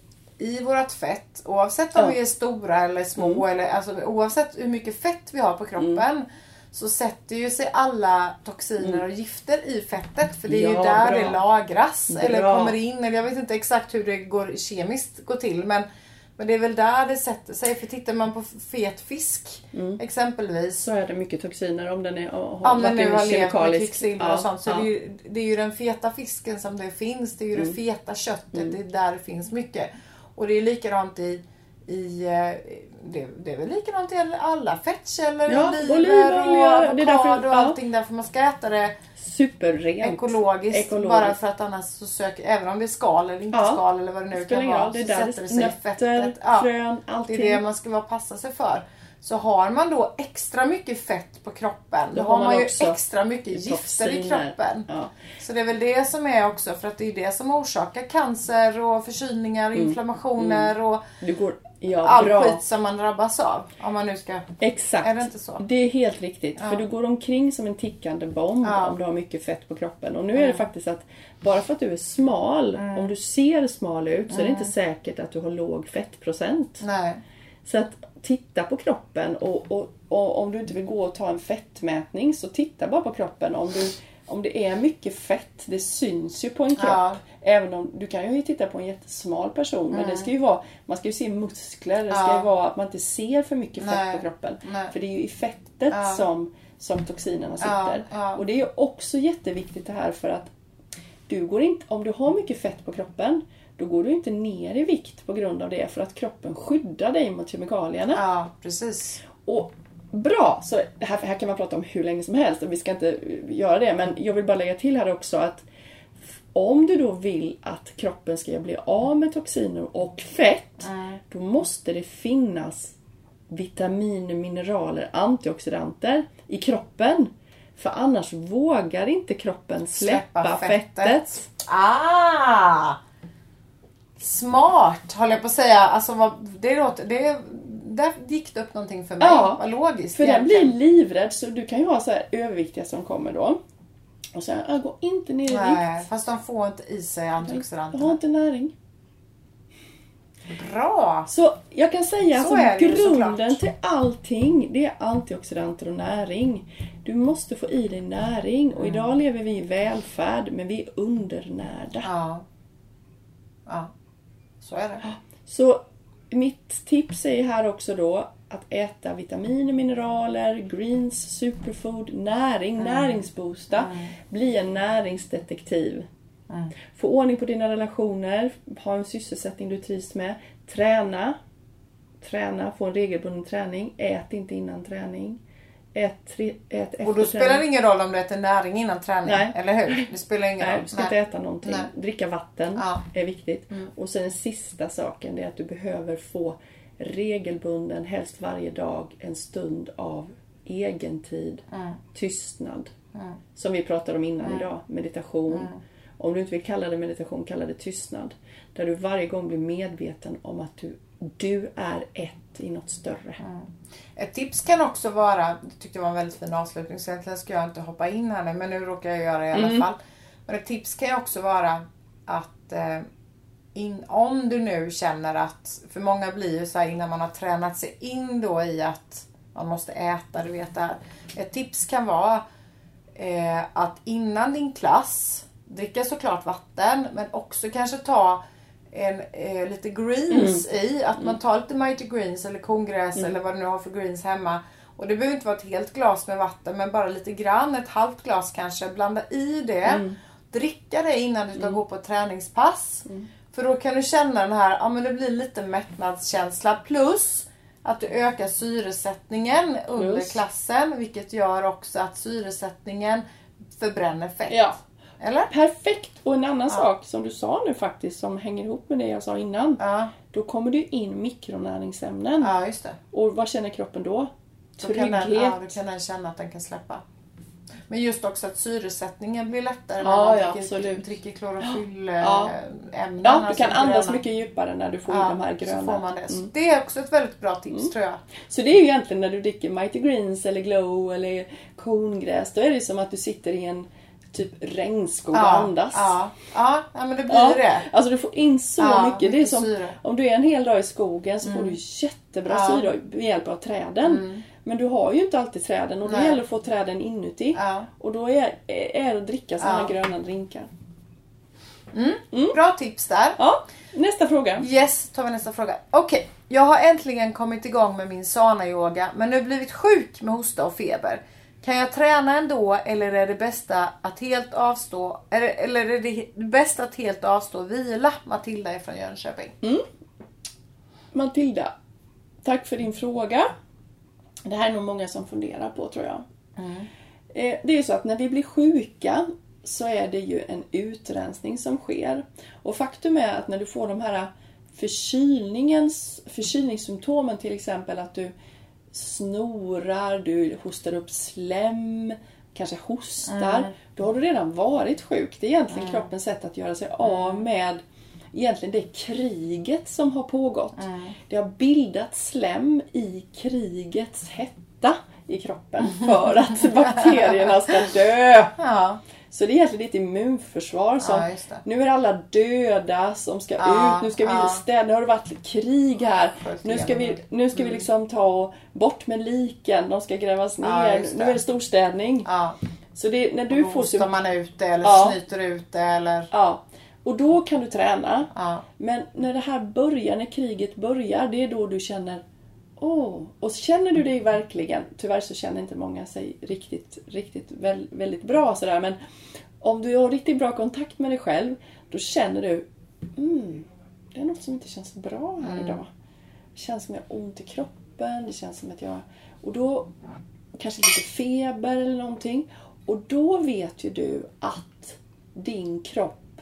i vårat fett, oavsett om ja. vi är stora eller små, mm. eller alltså, oavsett hur mycket fett vi har på kroppen, mm. så sätter ju sig alla toxiner mm. och gifter i fettet. För det är ja, ju där bra. det lagras. Bra. Eller kommer in. Eller jag vet inte exakt hur det går kemiskt går till. Men, men det är väl där det sätter sig. För tittar man på fet fisk mm. exempelvis. Så är det mycket toxiner om den är har ja, men nu har levt med kvicksilver ja, och sånt. Så ja. det, är ju, det är ju den feta fisken som det finns. Det är ju mm. det feta köttet. Mm. Det är där det finns mycket. Och det är likadant i... i det, det är väl likadant i alla fettkällor, ja, oliver, oliver och avokado och allting. Därför man ska äta det superrent, ekologiskt, ekologiskt. Bara för att annars så söker, även om det är skal eller inte ja. skal eller vad det nu kan vara, det så sätter det sig nötter, fettet. Ja, frön, allting. Det är det man ska vara passa sig för. Så har man då extra mycket fett på kroppen, då, då har man, man ju extra mycket gifter i kroppen. Ja. Så det är väl det som är också, för att det är det som orsakar cancer och förkylningar, mm. inflammationer mm. och det går, ja, all bra. skit som man drabbas av. Om man nu ska... Exakt. Är det inte så? Det är helt riktigt. Ja. För du går omkring som en tickande bomb ja. om du har mycket fett på kroppen. Och nu är det faktiskt att bara för att du är smal, mm. om du ser smal ut, så mm. är det inte säkert att du har låg fettprocent. Nej. Så att titta på kroppen och, och, och om du inte vill gå och ta en fettmätning, så titta bara på kroppen. Om, du, om det är mycket fett, det syns ju på en kropp. Ja. Även om du kan ju titta på en jättesmal person, mm. men det ska ju vara, man ska ju se muskler, det ska ja. ju vara att man inte ser för mycket fett Nej. på kroppen. Nej. För det är ju i fettet ja. som, som toxinerna sitter. Ja. Ja. Och det är ju också jätteviktigt det här, för att du går inte, om du har mycket fett på kroppen, då går du inte ner i vikt på grund av det. För att kroppen skyddar dig mot kemikalierna. Ja, precis. Och bra, så här, här kan man prata om hur länge som helst. Och vi ska inte göra det. Men jag vill bara lägga till här också att om du då vill att kroppen ska bli av med toxiner och fett. Mm. Då måste det finnas vitaminer, mineraler, antioxidanter i kroppen. För annars vågar inte kroppen släppa, släppa fettet. fettet. Ah! Smart, håller jag på att säga. Alltså, vad, det låter, det, där gick det upp någonting för mig. Ja, vad logiskt. För den blir livrädd. Så du kan ju ha så här överviktiga som kommer då. Och så här, gå inte ner i Nej, vikt. Fast de får inte i sig antioxidanterna. Jag har inte näring. Bra. Så jag kan säga att grunden till allting, det är antioxidanter och näring. Du måste få i dig näring. Och mm. idag lever vi i välfärd, men vi är undernärda. Ja. Ja. Så är det. Så mitt tips är här också då att äta vitaminer, mineraler, greens, superfood, näring, mm. näringsboosta. Mm. Bli en näringsdetektiv. Mm. Få ordning på dina relationer, ha en sysselsättning du trivs med, träna, träna, få en regelbunden träning, ät inte innan träning. Ät, tre, ät efter och då spelar det ingen roll om du äter näring innan träning, Nej. eller hur? Det spelar ingen Nej, roll. du ska Nej. inte äta någonting. Nej. Dricka vatten ja. är viktigt. Mm. Och sen den sista saken, det är att du behöver få regelbunden, helst varje dag, en stund av egentid, mm. tystnad. Mm. Som vi pratade om innan mm. idag, meditation. Mm. Om du inte vill kalla det meditation, kalla det tystnad. Där du varje gång blir medveten om att du, du är ett i något större. Mm. Ett tips kan också vara, jag tyckte det var en väldigt fin avslutning, så egentligen ska jag inte hoppa in här nu, men nu råkar jag göra det i alla mm. fall. Men ett tips kan ju också vara att eh, in, om du nu känner att, för många blir ju så här innan man har tränat sig in då i att man måste äta, du vet det här. Ett tips kan vara eh, att innan din klass dricka såklart vatten, men också kanske ta en, eh, lite greens mm. i. Att man tar lite mighty greens eller kongräs mm. eller vad du nu har för greens hemma. Och det behöver inte vara ett helt glas med vatten, men bara lite grann, ett halvt glas kanske. Blanda i det. Mm. Dricka det innan du ska mm. gå på ett träningspass. Mm. För då kan du känna den här, ja men det blir lite mättnadskänsla. Plus att du ökar syresättningen under plus. klassen. Vilket gör också att syresättningen förbränner fett. Ja. Eller? Perfekt. Och en annan ja. sak som du sa nu faktiskt, som hänger ihop med det jag sa innan. Ja. Då kommer du in mikronäringsämnen. Ja, just det. Och vad känner kroppen då? Trygghet. Då kan den, ja, då kan den känna att den kan släppa. Men just också att syresättningen blir lättare ja, när man ja, dricker, dricker klorofyllämnen. Ja, ämnen, ja du alltså kan andas gröna. mycket djupare när du får ja, i de här gröna. Så får man det. Mm. det är också ett väldigt bra tips mm. tror jag. Så det är ju egentligen när du dricker Mighty Greens eller Glow eller kongräs. Då är det som att du sitter i en typ regnskog och ja, andas. Ja, ja, ja men det blir ja. det. Alltså du får in så ja, mycket. mycket. Det är som syre. Om du är en hel dag i skogen så mm. får du jättebra ja. syre med hjälp av träden. Mm. Men du har ju inte alltid träden och då gäller det att få träden inuti. Ja. Och då är det att dricka sådana ja. gröna drinkar. Mm. Mm. Bra tips där. Ja, nästa fråga. Yes, tar vi nästa fråga. Okej, okay. Jag har äntligen kommit igång med min sana-yoga men nu blivit sjuk med hosta och feber. Kan jag träna ändå eller är det bästa att helt avstå eller är det bäst att helt avstå och vila? Matilda är från Jönköping. Mm. Matilda, tack för din fråga. Det här är nog många som funderar på tror jag. Mm. Det är ju så att när vi blir sjuka så är det ju en utrensning som sker. Och faktum är att när du får de här förkylningens, förkylningssymptomen, till exempel att du snorar, du hostar upp slem, kanske hostar, mm. då har du redan varit sjuk. Det är egentligen mm. kroppens sätt att göra sig av med egentligen det kriget som har pågått. Mm. Det har bildat slem i krigets hetta i kroppen för att bakterierna ska dö. Ja. Så det är egentligen ditt immunförsvar som, ja, nu är alla döda som ska ja, ut, nu ska vi ja. städa, nu har det varit krig här, nu ska vi, nu ska vi liksom ta och bort med liken, de ska grävas ner, ja, nu är det storstädning. Ja. Så det, när du och får hostar man ut det eller ja. snyter ut det eller... Ja, och då kan du träna. Ja. Men när det här börjar, när kriget börjar, det är då du känner åh, och känner du dig verkligen, tyvärr så känner inte många sig riktigt, riktigt väl, väldigt bra sådär, men om du har riktigt bra kontakt med dig själv, då känner du mm, det är något som inte känns bra här mm. idag. Det känns som att jag har ont i kroppen, det känns som att jag, och då kanske lite feber eller någonting, och då vet ju du att din kropp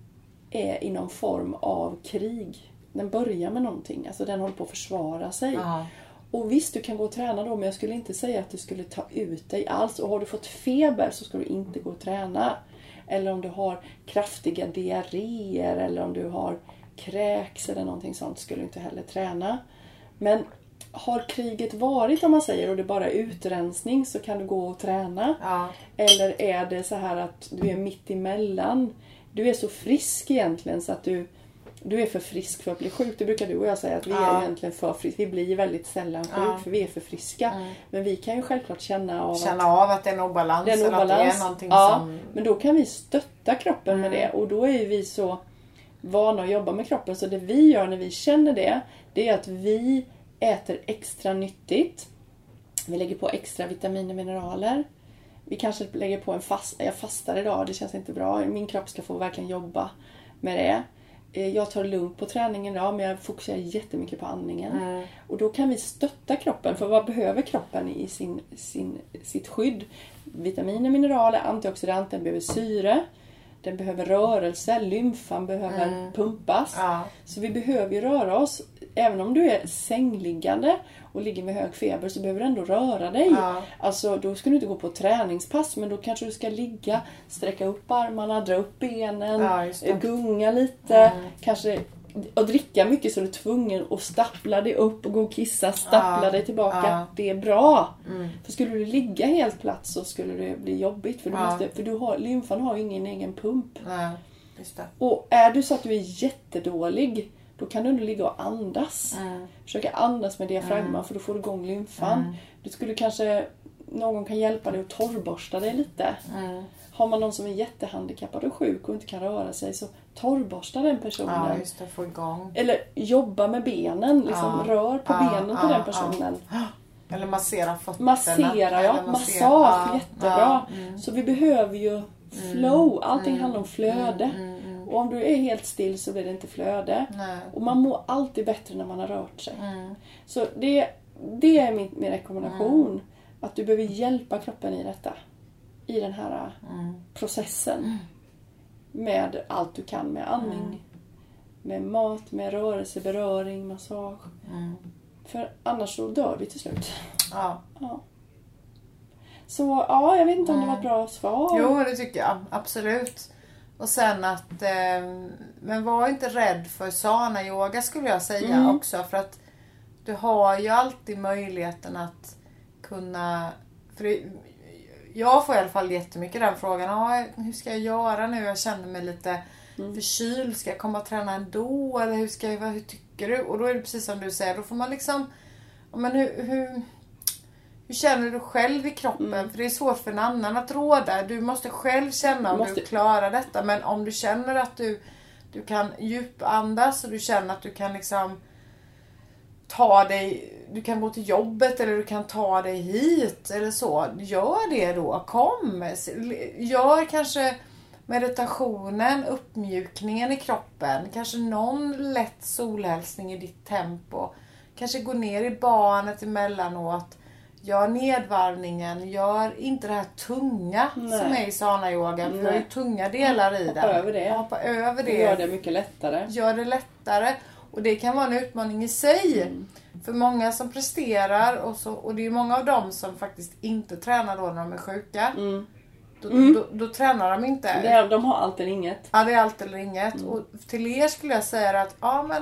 är i någon form av krig. Den börjar med någonting. Alltså den håller på att försvara sig. Ja. Och visst, du kan gå och träna då. Men jag skulle inte säga att du skulle ta ut dig alls. Och har du fått feber så ska du inte gå och träna. Eller om du har kraftiga diarréer. Eller om du har kräks eller någonting sånt. Skulle du inte heller träna. Men har kriget varit, om man säger, och det bara är utrensning, så kan du gå och träna. Ja. Eller är det så här att du är mitt emellan. Du är så frisk egentligen så att du Du är för frisk för att bli sjuk. Det brukar du och jag säga att vi ja. är egentligen för friska. Vi blir väldigt sällan sjuk ja. för vi är för friska. Mm. Men vi kan ju självklart känna av känna att, av att det är en obalans. Det är en obalans. Eller att det är någonting ja, som... men då kan vi stötta kroppen mm. med det. Och då är vi så vana att jobba med kroppen. Så det vi gör när vi känner det, det är att vi äter extra nyttigt. Vi lägger på extra vitaminer och mineraler. Vi kanske lägger på en fast... Jag fastar idag, det känns inte bra. Min kropp ska få verkligen jobba med det. Jag tar lugnt på träningen idag, men jag fokuserar jättemycket på andningen. Mm. Och då kan vi stötta kroppen. För vad behöver kroppen i sin, sin, sitt skydd? Vitaminer, mineraler, antioxidanter, den behöver syre. Den behöver rörelse, lymfan behöver mm. pumpas. Ja. Så vi behöver ju röra oss. Även om du är sängliggande och ligger med hög feber så behöver du ändå röra dig. Ja. Alltså då ska du inte gå på träningspass, men då kanske du ska ligga, sträcka upp armarna, dra upp benen, ja, gunga lite. Mm. Kanske och dricka mycket så du är tvungen att stappla dig upp och gå och kissa, stappla ja. dig tillbaka. Ja. Det är bra. Mm. För skulle du ligga helt platt så skulle det bli jobbigt. För, du ja. måste, för du har, lymfan har ju ingen egen pump. Ja. Just det. Och är du så att du är jättedålig, då kan du ändå ligga och andas. Mm. Försöka andas med diafragman mm. för då får du igång lymfan. Mm. Du skulle kanske, någon kan hjälpa dig att torrborsta dig lite. Mm. Har man någon som är jättehandikappad och sjuk och inte kan röra sig, så torrborsta den personen. Ja, just det, få igång. Eller jobba med benen, liksom ja. rör på ja, benen ja, till den personen. Ja. Eller massera fötterna. Massera, ja. Massage, ja, jättebra. Ja, mm. Så vi behöver ju flow. Allting mm. handlar om flöde. Mm, mm, mm. Och om du är helt still så blir det inte flöde. Nej. Och man mår alltid bättre när man har rört sig. Mm. Så det, det är min, min rekommendation. Mm. Att du behöver hjälpa kroppen i detta. I den här mm. processen. Mm. Med allt du kan. Med andning. Mm. Med mat, med rörelse, beröring, massage. Mm. För annars så dör vi till slut. Ja. Ja. Så ja, jag vet inte om det var ett bra svar. Jo, det tycker jag. Absolut. Och sen att, eh, men var inte rädd för sana yoga skulle jag säga mm. också. För att du har ju alltid möjligheten att kunna, för det, jag får i alla fall jättemycket den frågan. Ah, hur ska jag göra nu? Jag känner mig lite mm. förkyld. Ska jag komma och träna ändå? Eller hur ska jag, hur tycker du? Och då är det precis som du säger. Då får man liksom, men hur, hur, hur känner du själv i kroppen? Mm. För det är svårt för en annan att råda. Du måste själv känna om måste... du klarar detta. Men om du känner att du, du kan djupandas och du känner att du kan liksom ta dig, du kan gå till jobbet eller du kan ta dig hit eller så. Gör det då. Kom. Gör kanske meditationen, uppmjukningen i kroppen. Kanske någon lätt solhälsning i ditt tempo. Kanske gå ner i banet emellanåt. Gör nedvarvningen. Gör inte det här tunga Nej. Som är i sana yoga. För det är ju tunga delar i den. Hoppa över det. Hoppa över det. Gör det mycket lättare. Gör det lättare. Och det kan vara en utmaning i sig. Mm. För många som presterar. Och, så, och det är många av dem som faktiskt inte tränar då när de är sjuka. Mm. Då, mm. Då, då, då tränar de inte. Det är, de har allt eller inget. Ja, det är allt eller inget. Mm. Och till er skulle jag säga att ja, men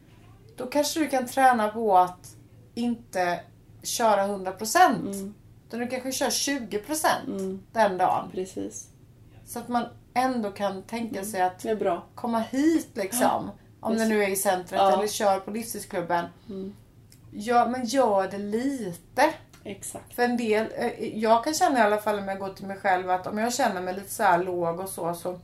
då kanske du kan träna på att inte köra hundra procent. Mm. Utan du kanske kör tjugo procent mm. den dagen. Precis. Så att man ändå kan tänka sig att det är bra. Komma hit liksom. Ja. Om Precis. Det nu är i centret ja. Eller kör på livsstilsklubben. Mm. Ja, men gör det lite. Exakt. För en del, jag kan känna i alla fall om jag går till mig själv att om jag känner mig lite så här låg och så så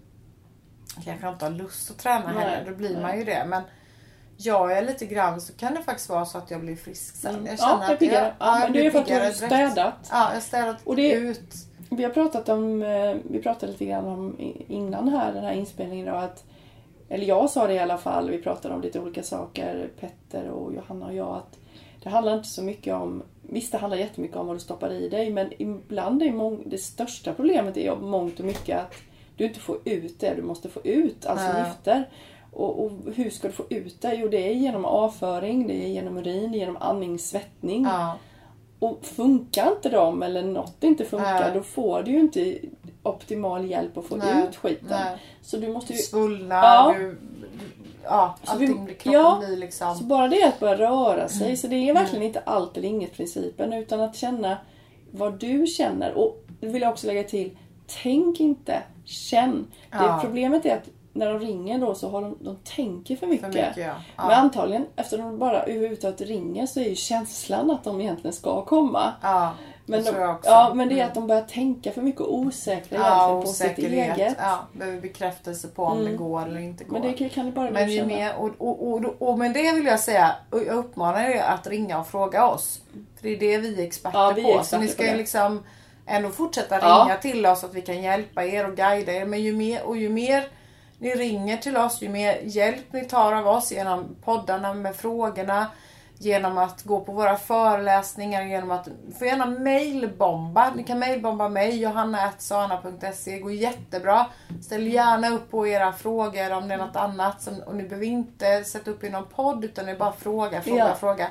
kanske jag inte har lust att träna Nej. Heller. Då blir Nej. Man ju det. Men gör jag lite grann så kan det faktiskt vara så att jag blir frisk sen. Mm. Jag känner ja, jag att jag, ja, jag blir piggare. Det är för att du har städat. Ja, jag har städat och det, ut. Vi har pratat om, vi pratade lite grann om innan här, den här inspelningen då, att eller jag sa det i alla fall, vi pratade om lite olika saker, Petter och Johanna och jag, att det handlar inte så mycket om, visst det handlar jättemycket om vad du stoppar i dig, men ibland är mång, det största problemet är mångt och mycket att du inte får ut det du måste få ut, alltså ja. Gifter. Och, och hur ska du få ut det? Jo, det är genom avföring, det är genom urin, det är genom andning, svettning. Ja. Och funkar inte de eller något inte funkar, ja. Då får du ju inte optimal hjälp att få Nej. Ut skiten. Nej. Så du måste ju... Svullna, ja. Du, ja, allting blir kroppen ja, blir liksom... Så bara det att börja röra sig, mm. så det är verkligen mm. inte allt eller inget principen, utan att känna vad du känner. Och det vill jag också lägga till, tänk inte, känn. Ja. Det problemet är att när de ringer då så har de, de tänker för mycket. För mycket ja. Ja. Men antagligen, efter de bara överhuvudtaget ringer så är ju känslan att de egentligen ska komma. Ja, men, det de, jag också. Ja, men det är att de börjar tänka för mycket och osäkra ja, på sitt eget. Ja, behöver bekräftelse på om mm. det går eller inte går. Men det kan det bara men ju mer, och, och, och, och, och men det vill jag säga, och jag uppmanar er att ringa och fråga oss. För det är det vi är experter ja, vi är på. Experter så ni ska ju liksom ändå fortsätta ringa ja. Till oss att vi kan hjälpa er och guida er. Men ju mer och ju mer ni ringer till oss, ju mer hjälp ni tar av oss genom poddarna med frågorna, genom att gå på våra föreläsningar, genom att få gärna mailbomba. Ni kan mailbomba mig, johanna at sana punkt se. Det går jättebra. Ställ gärna upp på era frågor om det är något annat. Som, och ni behöver inte sätta upp i någon podd, utan ni bara fråga, fråga, ja. Fråga.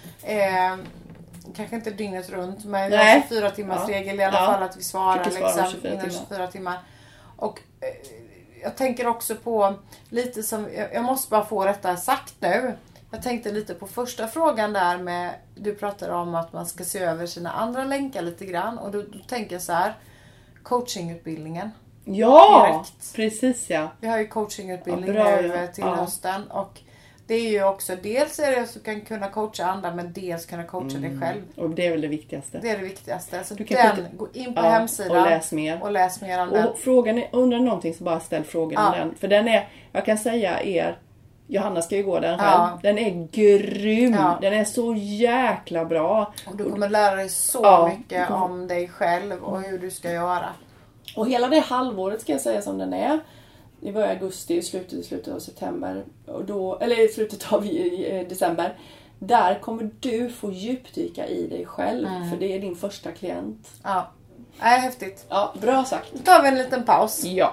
Eh, kanske inte dygnet runt, men vi har tjugofyra timmars ja. Regel i alla ja. Fall att vi svarar liksom, inom tjugofyra timmar. Och eh, jag tänker också på lite som, jag måste bara få detta sagt nu. Jag tänkte lite på första frågan där med, du pratade om att man ska se över sina andra länkar lite grann. Och då, då tänker jag så här, coachingutbildningen. Ja, direkt. Precis ja. Vi har ju coachingutbildning ja, nu till ja. Hösten. Och det är ju också, dels är det att du kan kunna coacha andra, men dels kunna coacha mm. dig själv. Och det är väl det viktigaste. Det är det viktigaste. Så du kan den, gå in på ja, hemsidan och läs mer. Och läs mer om och den. Frågan är, undrar någonting så bara ställ frågan ja. Om den. För den är, jag kan säga er, Johanna ska ju gå den själv. Ja. Den är grym. Ja. Den är så jäkla bra. Och du kommer lära dig så ja. Mycket om dig själv och hur du ska göra. Och hela det halvåret ska jag säga som den är. Det var i augusti, i slutet, i slutet av september. Och då, eller i slutet av december. Där kommer du få djupdyka i dig själv. Mm. För det är din första klient. Ja, det är häftigt. Ja, bra sagt. Då tar vi en liten paus. Ja.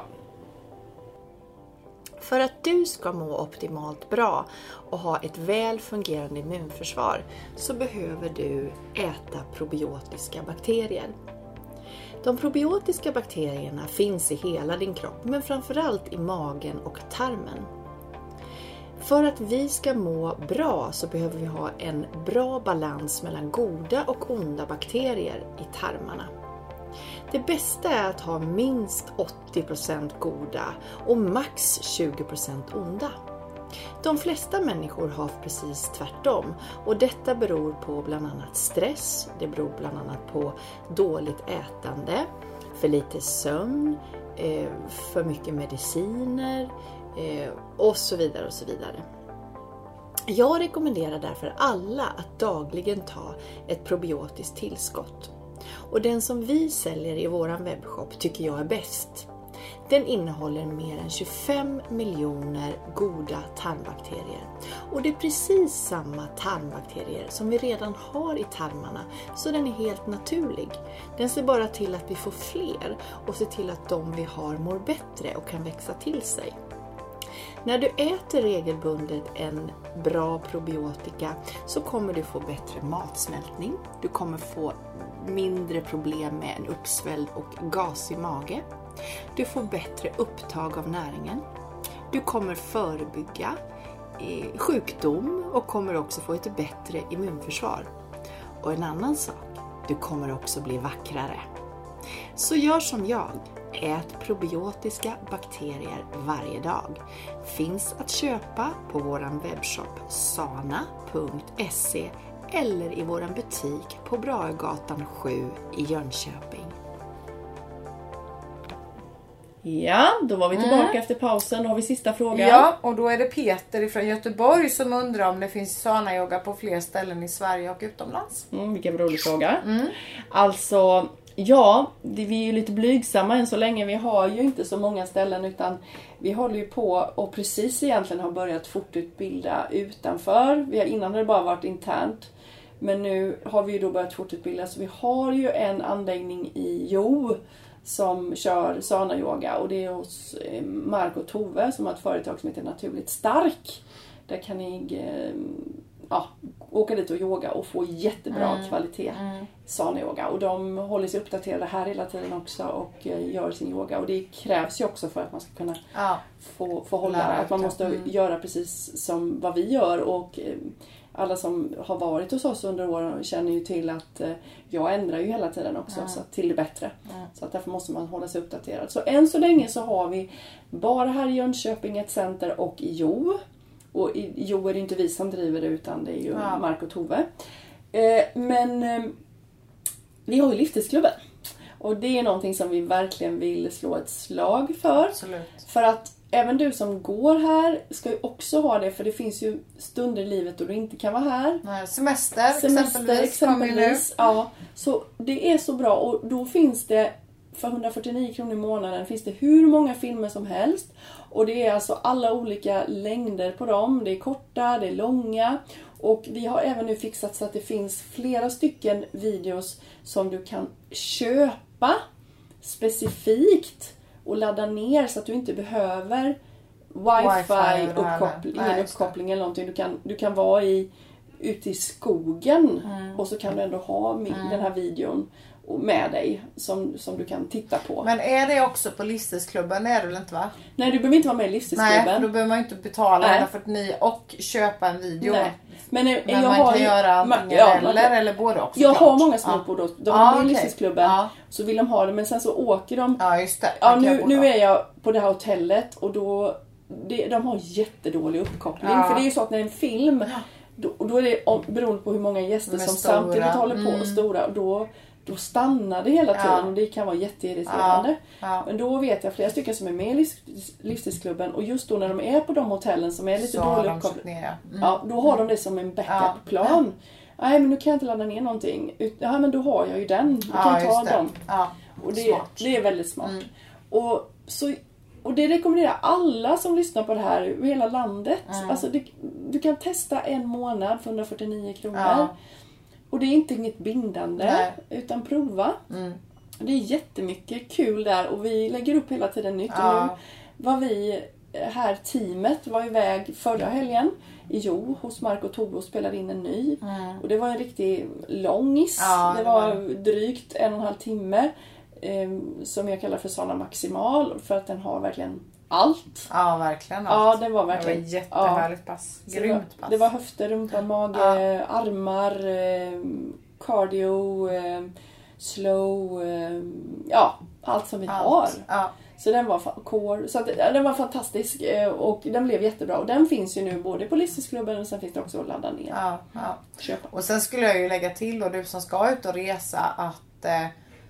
För att du ska må optimalt bra och ha ett väl fungerande immunförsvar så behöver du äta probiotiska bakterier. De probiotiska bakterierna finns i hela din kropp, men framförallt i magen och tarmen. För att vi ska må bra så behöver vi ha en bra balans mellan goda och onda bakterier i tarmarna. Det bästa är att ha minst åttio procent goda och max tjugo procent onda. De flesta människor har precis tvärtom, och detta beror på bland annat stress, det beror bland annat på dåligt ätande, för lite sömn, för mycket mediciner och så vidare och så vidare. Jag rekommenderar därför alla att dagligen ta ett probiotiskt tillskott. Och den som vi säljer i våran webbshop tycker jag är bäst. Den innehåller mer än tjugofem miljoner goda tarmbakterier. Och det är precis samma tarmbakterier som vi redan har i tarmarna, så den är helt naturlig. Den ser bara till att vi får fler och ser till att de vi har mår bättre och kan växa till sig. När du äter regelbundet en bra probiotika så kommer du få bättre matsmältning. Du kommer få mindre problem med en uppsvälld och gasig mage. Du får bättre upptag av näringen. Du kommer förebygga sjukdom och kommer också få ett bättre immunförsvar. Och en annan sak, du kommer också bli vackrare. Så gör som jag. Ät probiotiska bakterier varje dag. Finns att köpa på våran webbshop sana punkt se eller i våran butik på Brahegatan sju i Jönköping. Ja, då var vi tillbaka mm. efter pausen. Då har vi sista frågan. Ja, och då är det Peter från Göteborg som undrar om det finns sana-yoga på fler ställen i Sverige och utomlands. Mm, vilken rolig fråga. Mm. Alltså, ja, det, vi är ju lite blygsamma än så länge. Vi har ju inte så många ställen, utan vi håller ju på och precis egentligen har börjat fortutbilda utanför. Vi har, innan har det bara varit internt. Men nu har vi ju då börjat fortutbilda, så vi har ju en anläggning i Jo som kör sana-yoga, och det är hos Mark och Tove som har ett företag som heter Naturligt Stark. Där kan ni ja, åka dit och yoga och få jättebra mm. kvalitet mm. sana-yoga. Och de håller sig uppdaterade här hela tiden också och gör sin yoga. Och det krävs ju också för att man ska kunna ja. få, få hålla det. Att man måste mm. göra precis som vad vi gör, och alla som har varit hos oss under åren känner ju till att jag ändrar ju hela tiden också mm. så till det bättre. Mm. Så att därför måste man hålla sig uppdaterad. Så än så länge så har vi bara här i Jönköping ett center och i Jo. Och i Jo är det inte vi som driver det, utan det är ju ja. Mark och Tove. Men vi har ju Livsstilsklubben. Och det är någonting som vi verkligen vill slå ett slag för. Absolut. För att även du som går här ska ju också ha det, för det finns ju stunder i livet då du inte kan vara här. Nej, semester, semester exempelvis. exempelvis ja, så det är så bra, och då finns det för hundrafyrtionio kronor i månaden finns det hur många filmer som helst. Och det är alltså alla olika längder på dem. Det är korta, det är långa. Och vi har även nu fixat så att det finns flera stycken videos som du kan köpa specifikt och ladda ner, så att du inte behöver wifi, uppkoppling, ingen uppkoppling eller någonting. Du kan, du kan vara i, ute i skogen mm. och så kan du ändå ha mm. den här videon med dig som, som du kan titta på. Men är det också på Livsstilsklubben? Är det väl inte, va? Nej, du behöver inte vara med i Livsstilsklubben. Nej, då behöver man inte betala hundrafyrtionio och köpa en video. Nej. Men, Men jag man har kan ju, göra antingen ja, eller, kan, eller både också. Jag klart. har många som ja. på då. De ah, är med i okay. Livsstilsklubben. Ja. Så vill de ha det, men sen så åker de. Ja, just det. Ja, nu, nu är jag på det här hotellet och då det, de har jättedålig uppkoppling. Ja. För det är ju så att när en film då, då är det beroende på hur många gäster som stora. samtidigt håller på mm. och stora, och då Då stannar det hela tiden ja. och det kan vara jätteirriterande. Ja. Ja. Men då vet jag flera stycken som är med i livs, Livsstilsklubben, och just då när de är på de hotellen som är lite så dåliga uppkoppling. Mm. Ja, då har de det som en backup-plan. Ja. Nej, men nu kan jag inte ladda ner någonting. Ja, men då har jag ju den. Då kan ja, jag ta dem. Ja. Och det, det är väldigt smart. Mm. Och, så, och det rekommenderar alla som lyssnar på det här i hela landet. Mm. Alltså, det, du kan testa en månad för hundrafyrtionio kronor. Ja. Och det är inte inget bindande, Nej. utan prova. Mm. Det är jättemycket kul där, och vi lägger upp hela tiden nytt. Ja. Och nu var vi här, teamet var iväg förra helgen i Jo hos Mark och Tove och spelade in en ny. Mm. Och det var en riktig långis. Ja, det, det var, var drygt en och en halv timme. eh, som jag kallar för Sana Maximal. För att den har verkligen allt. Ja, verkligen allt. Ja, det var verkligen. Det var jättehärligt ja. pass. Grymt det var, pass. Det var höfter, rumpa, mage, ja. armar, eh, cardio, eh, slow, eh, ja, allt som vi allt. har. Ja. Så den var core, så att, ja, den var fantastisk och den blev jättebra. Och den finns ju nu både på Livsstilsklubben och sen finns det också att ladda ner. Ja, ja. Köpa. Och sen skulle jag ju lägga till, och du som ska ut och resa, att eh,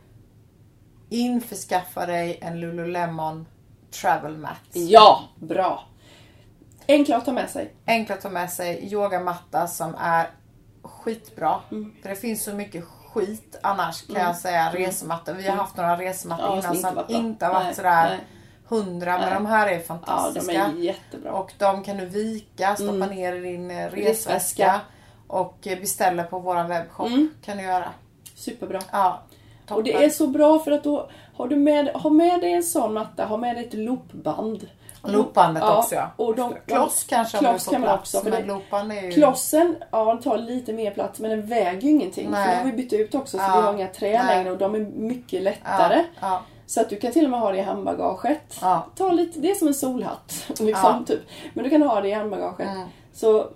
införskaffa dig en Lululemon Travel Mat. Ja, bra. Enkla att ta med sig. Enkla att ta med sig. Yogamatta som är skitbra. Mm. För det finns så mycket skit annars kan mm. jag säga. Resemattor. Vi har haft några resemattor ja, innan som inte, inte har varit nej, sådär nej. hundra. Men nej. de här är fantastiska. Ja, de är jättebra. Och de kan du vika, stoppa mm. ner i din resväska. resväska. Och beställa på våran webbshop. Mm. Kan du göra. Superbra. Ja. Toppen. Och det är så bra för att då har du med, har med dig en sån matta, har med dig ett loopband. Loopbandet ja, också ja. Och de, kloss kanske kloss kan man också. För men loopan är ju... Klossen, ja, den tar lite mer plats men den väger ju ingenting. Nej. För de har vi bytt ut också så ja. vi har inga trä Nej. längre och de är mycket lättare. Ja. Ja. Så att du kan till och med ha det i handbagaget. Ja. Ta lite, det är som en solhatt. Liksom, ja. typ. Men du kan ha det i handbagaget. Mm. Så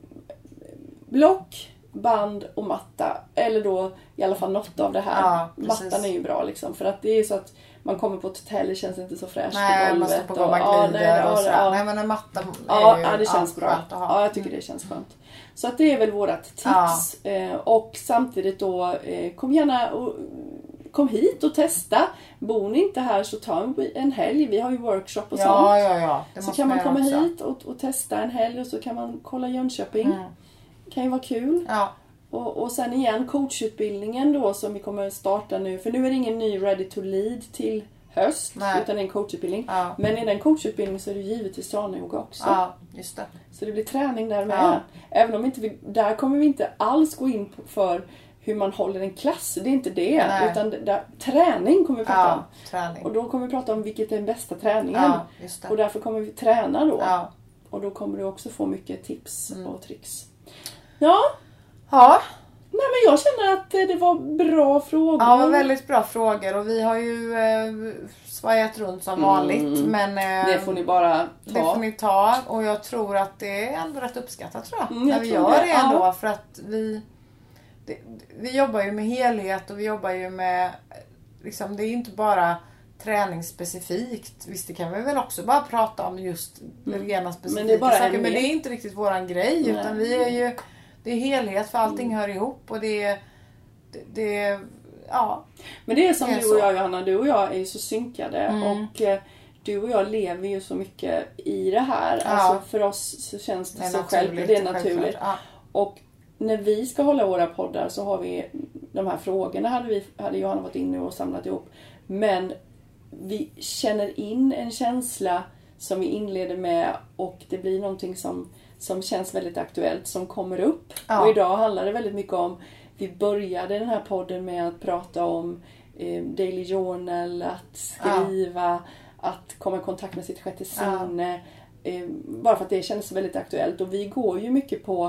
block, band och matta. Eller då i alla fall något av det här. Ja, mattan är ju bra liksom. För att det är så att man kommer på ett hotell, det känns inte så fräscht nej, på golvet. Nej, man står på man glider ja, och så. Ja. Nej, men en matta är ja, ju ja, det känns bra. Att ha. Ja, jag tycker det känns skönt. Så att det är väl vårat tips. Ja. Eh, och samtidigt då, eh, kom gärna och kom hit och testa. Bor ni inte här så ta en, en helg. Vi har ju workshop och ja, sånt. Ja, ja. Det så måste kan man komma också. hit och, och testa en helg och så kan man kolla Jönköping. Mm. Det kan ju vara kul. Ja. Och, och sen igen coachutbildningen då som vi kommer starta nu. För nu är det ingen ny Ready to Lead till höst. Nej. Utan det är en coachutbildning. Ja. Men i den coachutbildningen så är det givetvis Sana-yoga också. Ja, just det. Så det blir träning där med. Ja. Även om inte vi, där kommer vi inte alls gå in för hur man håller en klass. Det är inte det. Nej. Utan det, där, träning kommer vi prata ja, om. Träning. Och då kommer vi prata om vilket är den bästa träningen. Ja, just det. Och därför kommer vi träna då. Ja. Och då kommer du också få mycket tips mm. och tricks. Ja. Ja. Nej, men jag känner att det var bra frågor. Ja, det var väldigt bra frågor. Och vi har ju eh, svajat runt som vanligt. Mm. Men, eh, det får ni bara ta. Det får ni ta. Och jag tror att det är ändå rätt uppskattat tror jag. Mm, jag när vi tror gör det, det ändå. ja. För att vi, det, vi jobbar ju med helhet. Och vi jobbar ju med, liksom, det är inte bara träningsspecifikt. Visst, det kan vi väl också bara prata om just mm. rena specifika men det är bara saker. Men det är inte riktigt våran grej. Nej. Utan vi är ju, det är helhet för allting mm. hör ihop. Och det är, det, det ja. Men det är som det är du och jag, Johanna. Du och jag är ju så synkade. Mm. Och eh, du och jag lever ju så mycket i det här. Ja. Alltså för oss så känns det, det så självklart. Det är naturligt. Ja. Och när vi ska hålla våra poddar så har vi de här frågorna hade, vi, hade Johanna varit inne och samlat ihop. Men vi känner in en känsla som vi inleder med och det blir någonting som, som känns väldigt aktuellt som kommer upp. Ja. Och idag handlar det väldigt mycket om, vi började den här podden med att prata om eh, daily journal, att skriva, ja. att komma i kontakt med sitt sjätte sinne. Ja. Eh, bara för att det känns väldigt aktuellt och vi går ju mycket på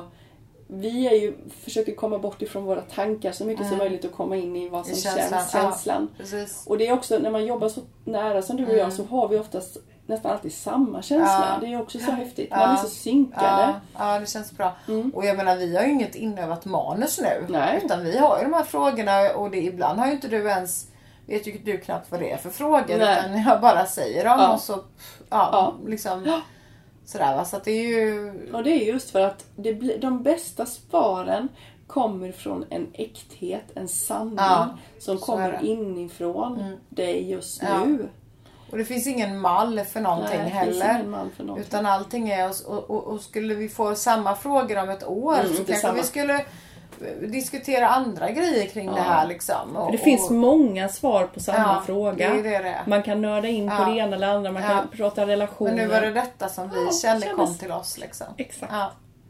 vi är ju, försöker komma bort ifrån våra tankar så mycket mm. som möjligt och komma in i vad som känslan. känns. Känslan. Ja, och det är också, när man jobbar så nära som du och jag mm. så har vi oftast nästan alltid samma känsla. Ja. Det är också så häftigt. Man ja. är så synkade. Ja, ja det känns bra. Mm. Och jag menar, vi har ju inget inövat manus nu. Nej. Utan vi har ju de här frågorna och det, ibland har ju inte du ens, vet ju du knappt vad det är för frågor. Nej. Utan jag bara säger dem ja. och så, ja, ja. liksom... Ja. Sådär, va? Så att det är ju... Och det är just för att det blir, de bästa svaren kommer från en äkthet, en sanning ja, som kommer inifrån mm. dig just ja. nu. Och det finns ingen mall för någonting Nej, heller. Ingen mall för någonting. Utan allting är... Och, och, och skulle vi få samma frågor om ett år mm, så kanske samma. vi skulle diskutera andra grejer kring ja. det här liksom. Och, det finns och, många svar på samma ja, fråga. Det är det det. Man kan nörda in ja. på det ena eller andra. Man ja. kan prata relationer. Men nu var det detta som vi ja, kände kändes... kom till oss liksom. Exakt. Ja,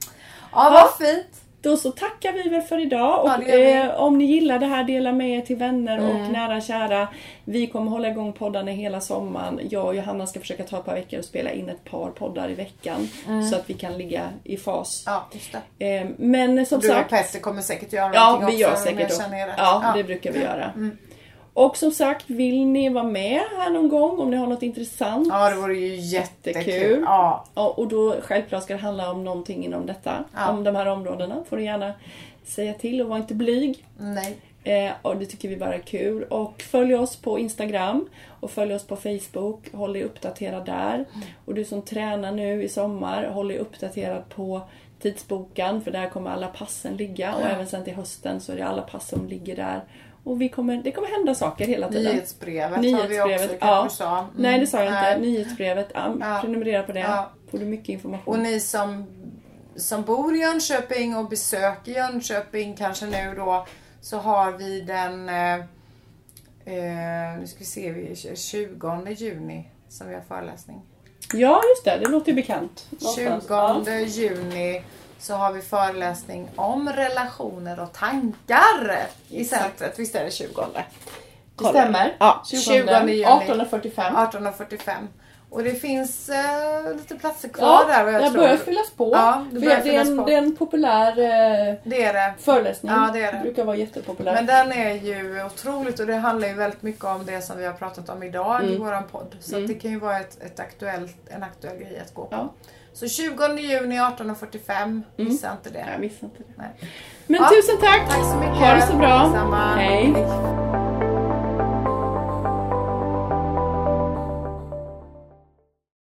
ja vad fint. Då så tackar vi väl för idag. Och ja, eh, om ni gillar det här, dela med er till vänner mm. och nära kära. Vi kommer hålla igång poddarna hela sommaren. Jag och Johanna ska försöka ta ett par veckor och spela in ett par poddar i veckan. Mm. Så att vi kan ligga i fas. Ja, just det. Eh, men som du sagt. Du och Petter kommer säkert göra ja, någonting vi gör också. Säkert Ja, ja, det brukar vi göra. Mm. Och som sagt, vill ni vara med här någon gång om ni har något intressant? Ja, det vore ju jättekul. Jättekul. Ja. Och då självklart ska det handla om någonting inom detta. Ja. Om de här områdena får du gärna säga till och var inte blyg. Nej. Eh, och det tycker vi bara är kul. Och följ oss på Instagram och följ oss på Facebook. Håll dig uppdaterad där. Mm. Och du som tränar nu i sommar, håll dig uppdaterad på tidsboken. För där kommer alla passen ligga. Mm. Och även sen till hösten så är det alla pass som ligger där. Och vi kommer, det kommer hända saker hela tiden. Nyhetsbrevet, Nyhetsbrevet har vi också, ja. du sa. Mm. Nej, det sa jag inte. Nej. Nyhetsbrevet, ja, ja. Prenumerera på det. Ja. Får du mycket information. Och ni som, som bor i Jönköping och besöker Jönköping kanske nu då, så har vi den eh, eh, nu ska vi se, vi tjugonde juni som vi har föreläsning. Ja, just det. Det låter bekant. tjugonde juni så har vi föreläsning om relationer och tankar i centret. Visst är det tjugonde? Det stämmer. Ja, tjugonde juni. arton fyrtiofem. arton fyrtiofem. Och det finns uh, lite platser kvar ja, där. Jag, jag börjar fyllas på. Ja, det, börjar det, fyllas är en, på. det är en populär uh, det är det. föreläsning. Ja, det är det. Det brukar vara jättepopulär. Men den är ju otroligt och det handlar ju väldigt mycket om det som vi har pratat om idag mm. i våran podd. Så mm. det kan ju vara ett, ett aktuellt, en aktuell grej att gå på. Ja. Så tjugonde juni arton fyrtiofem, missa mm. inte det. Jag missar inte det. Nej. Men ja. tusen tack. Tack så mycket. Ha det så bra. Samma. Hej.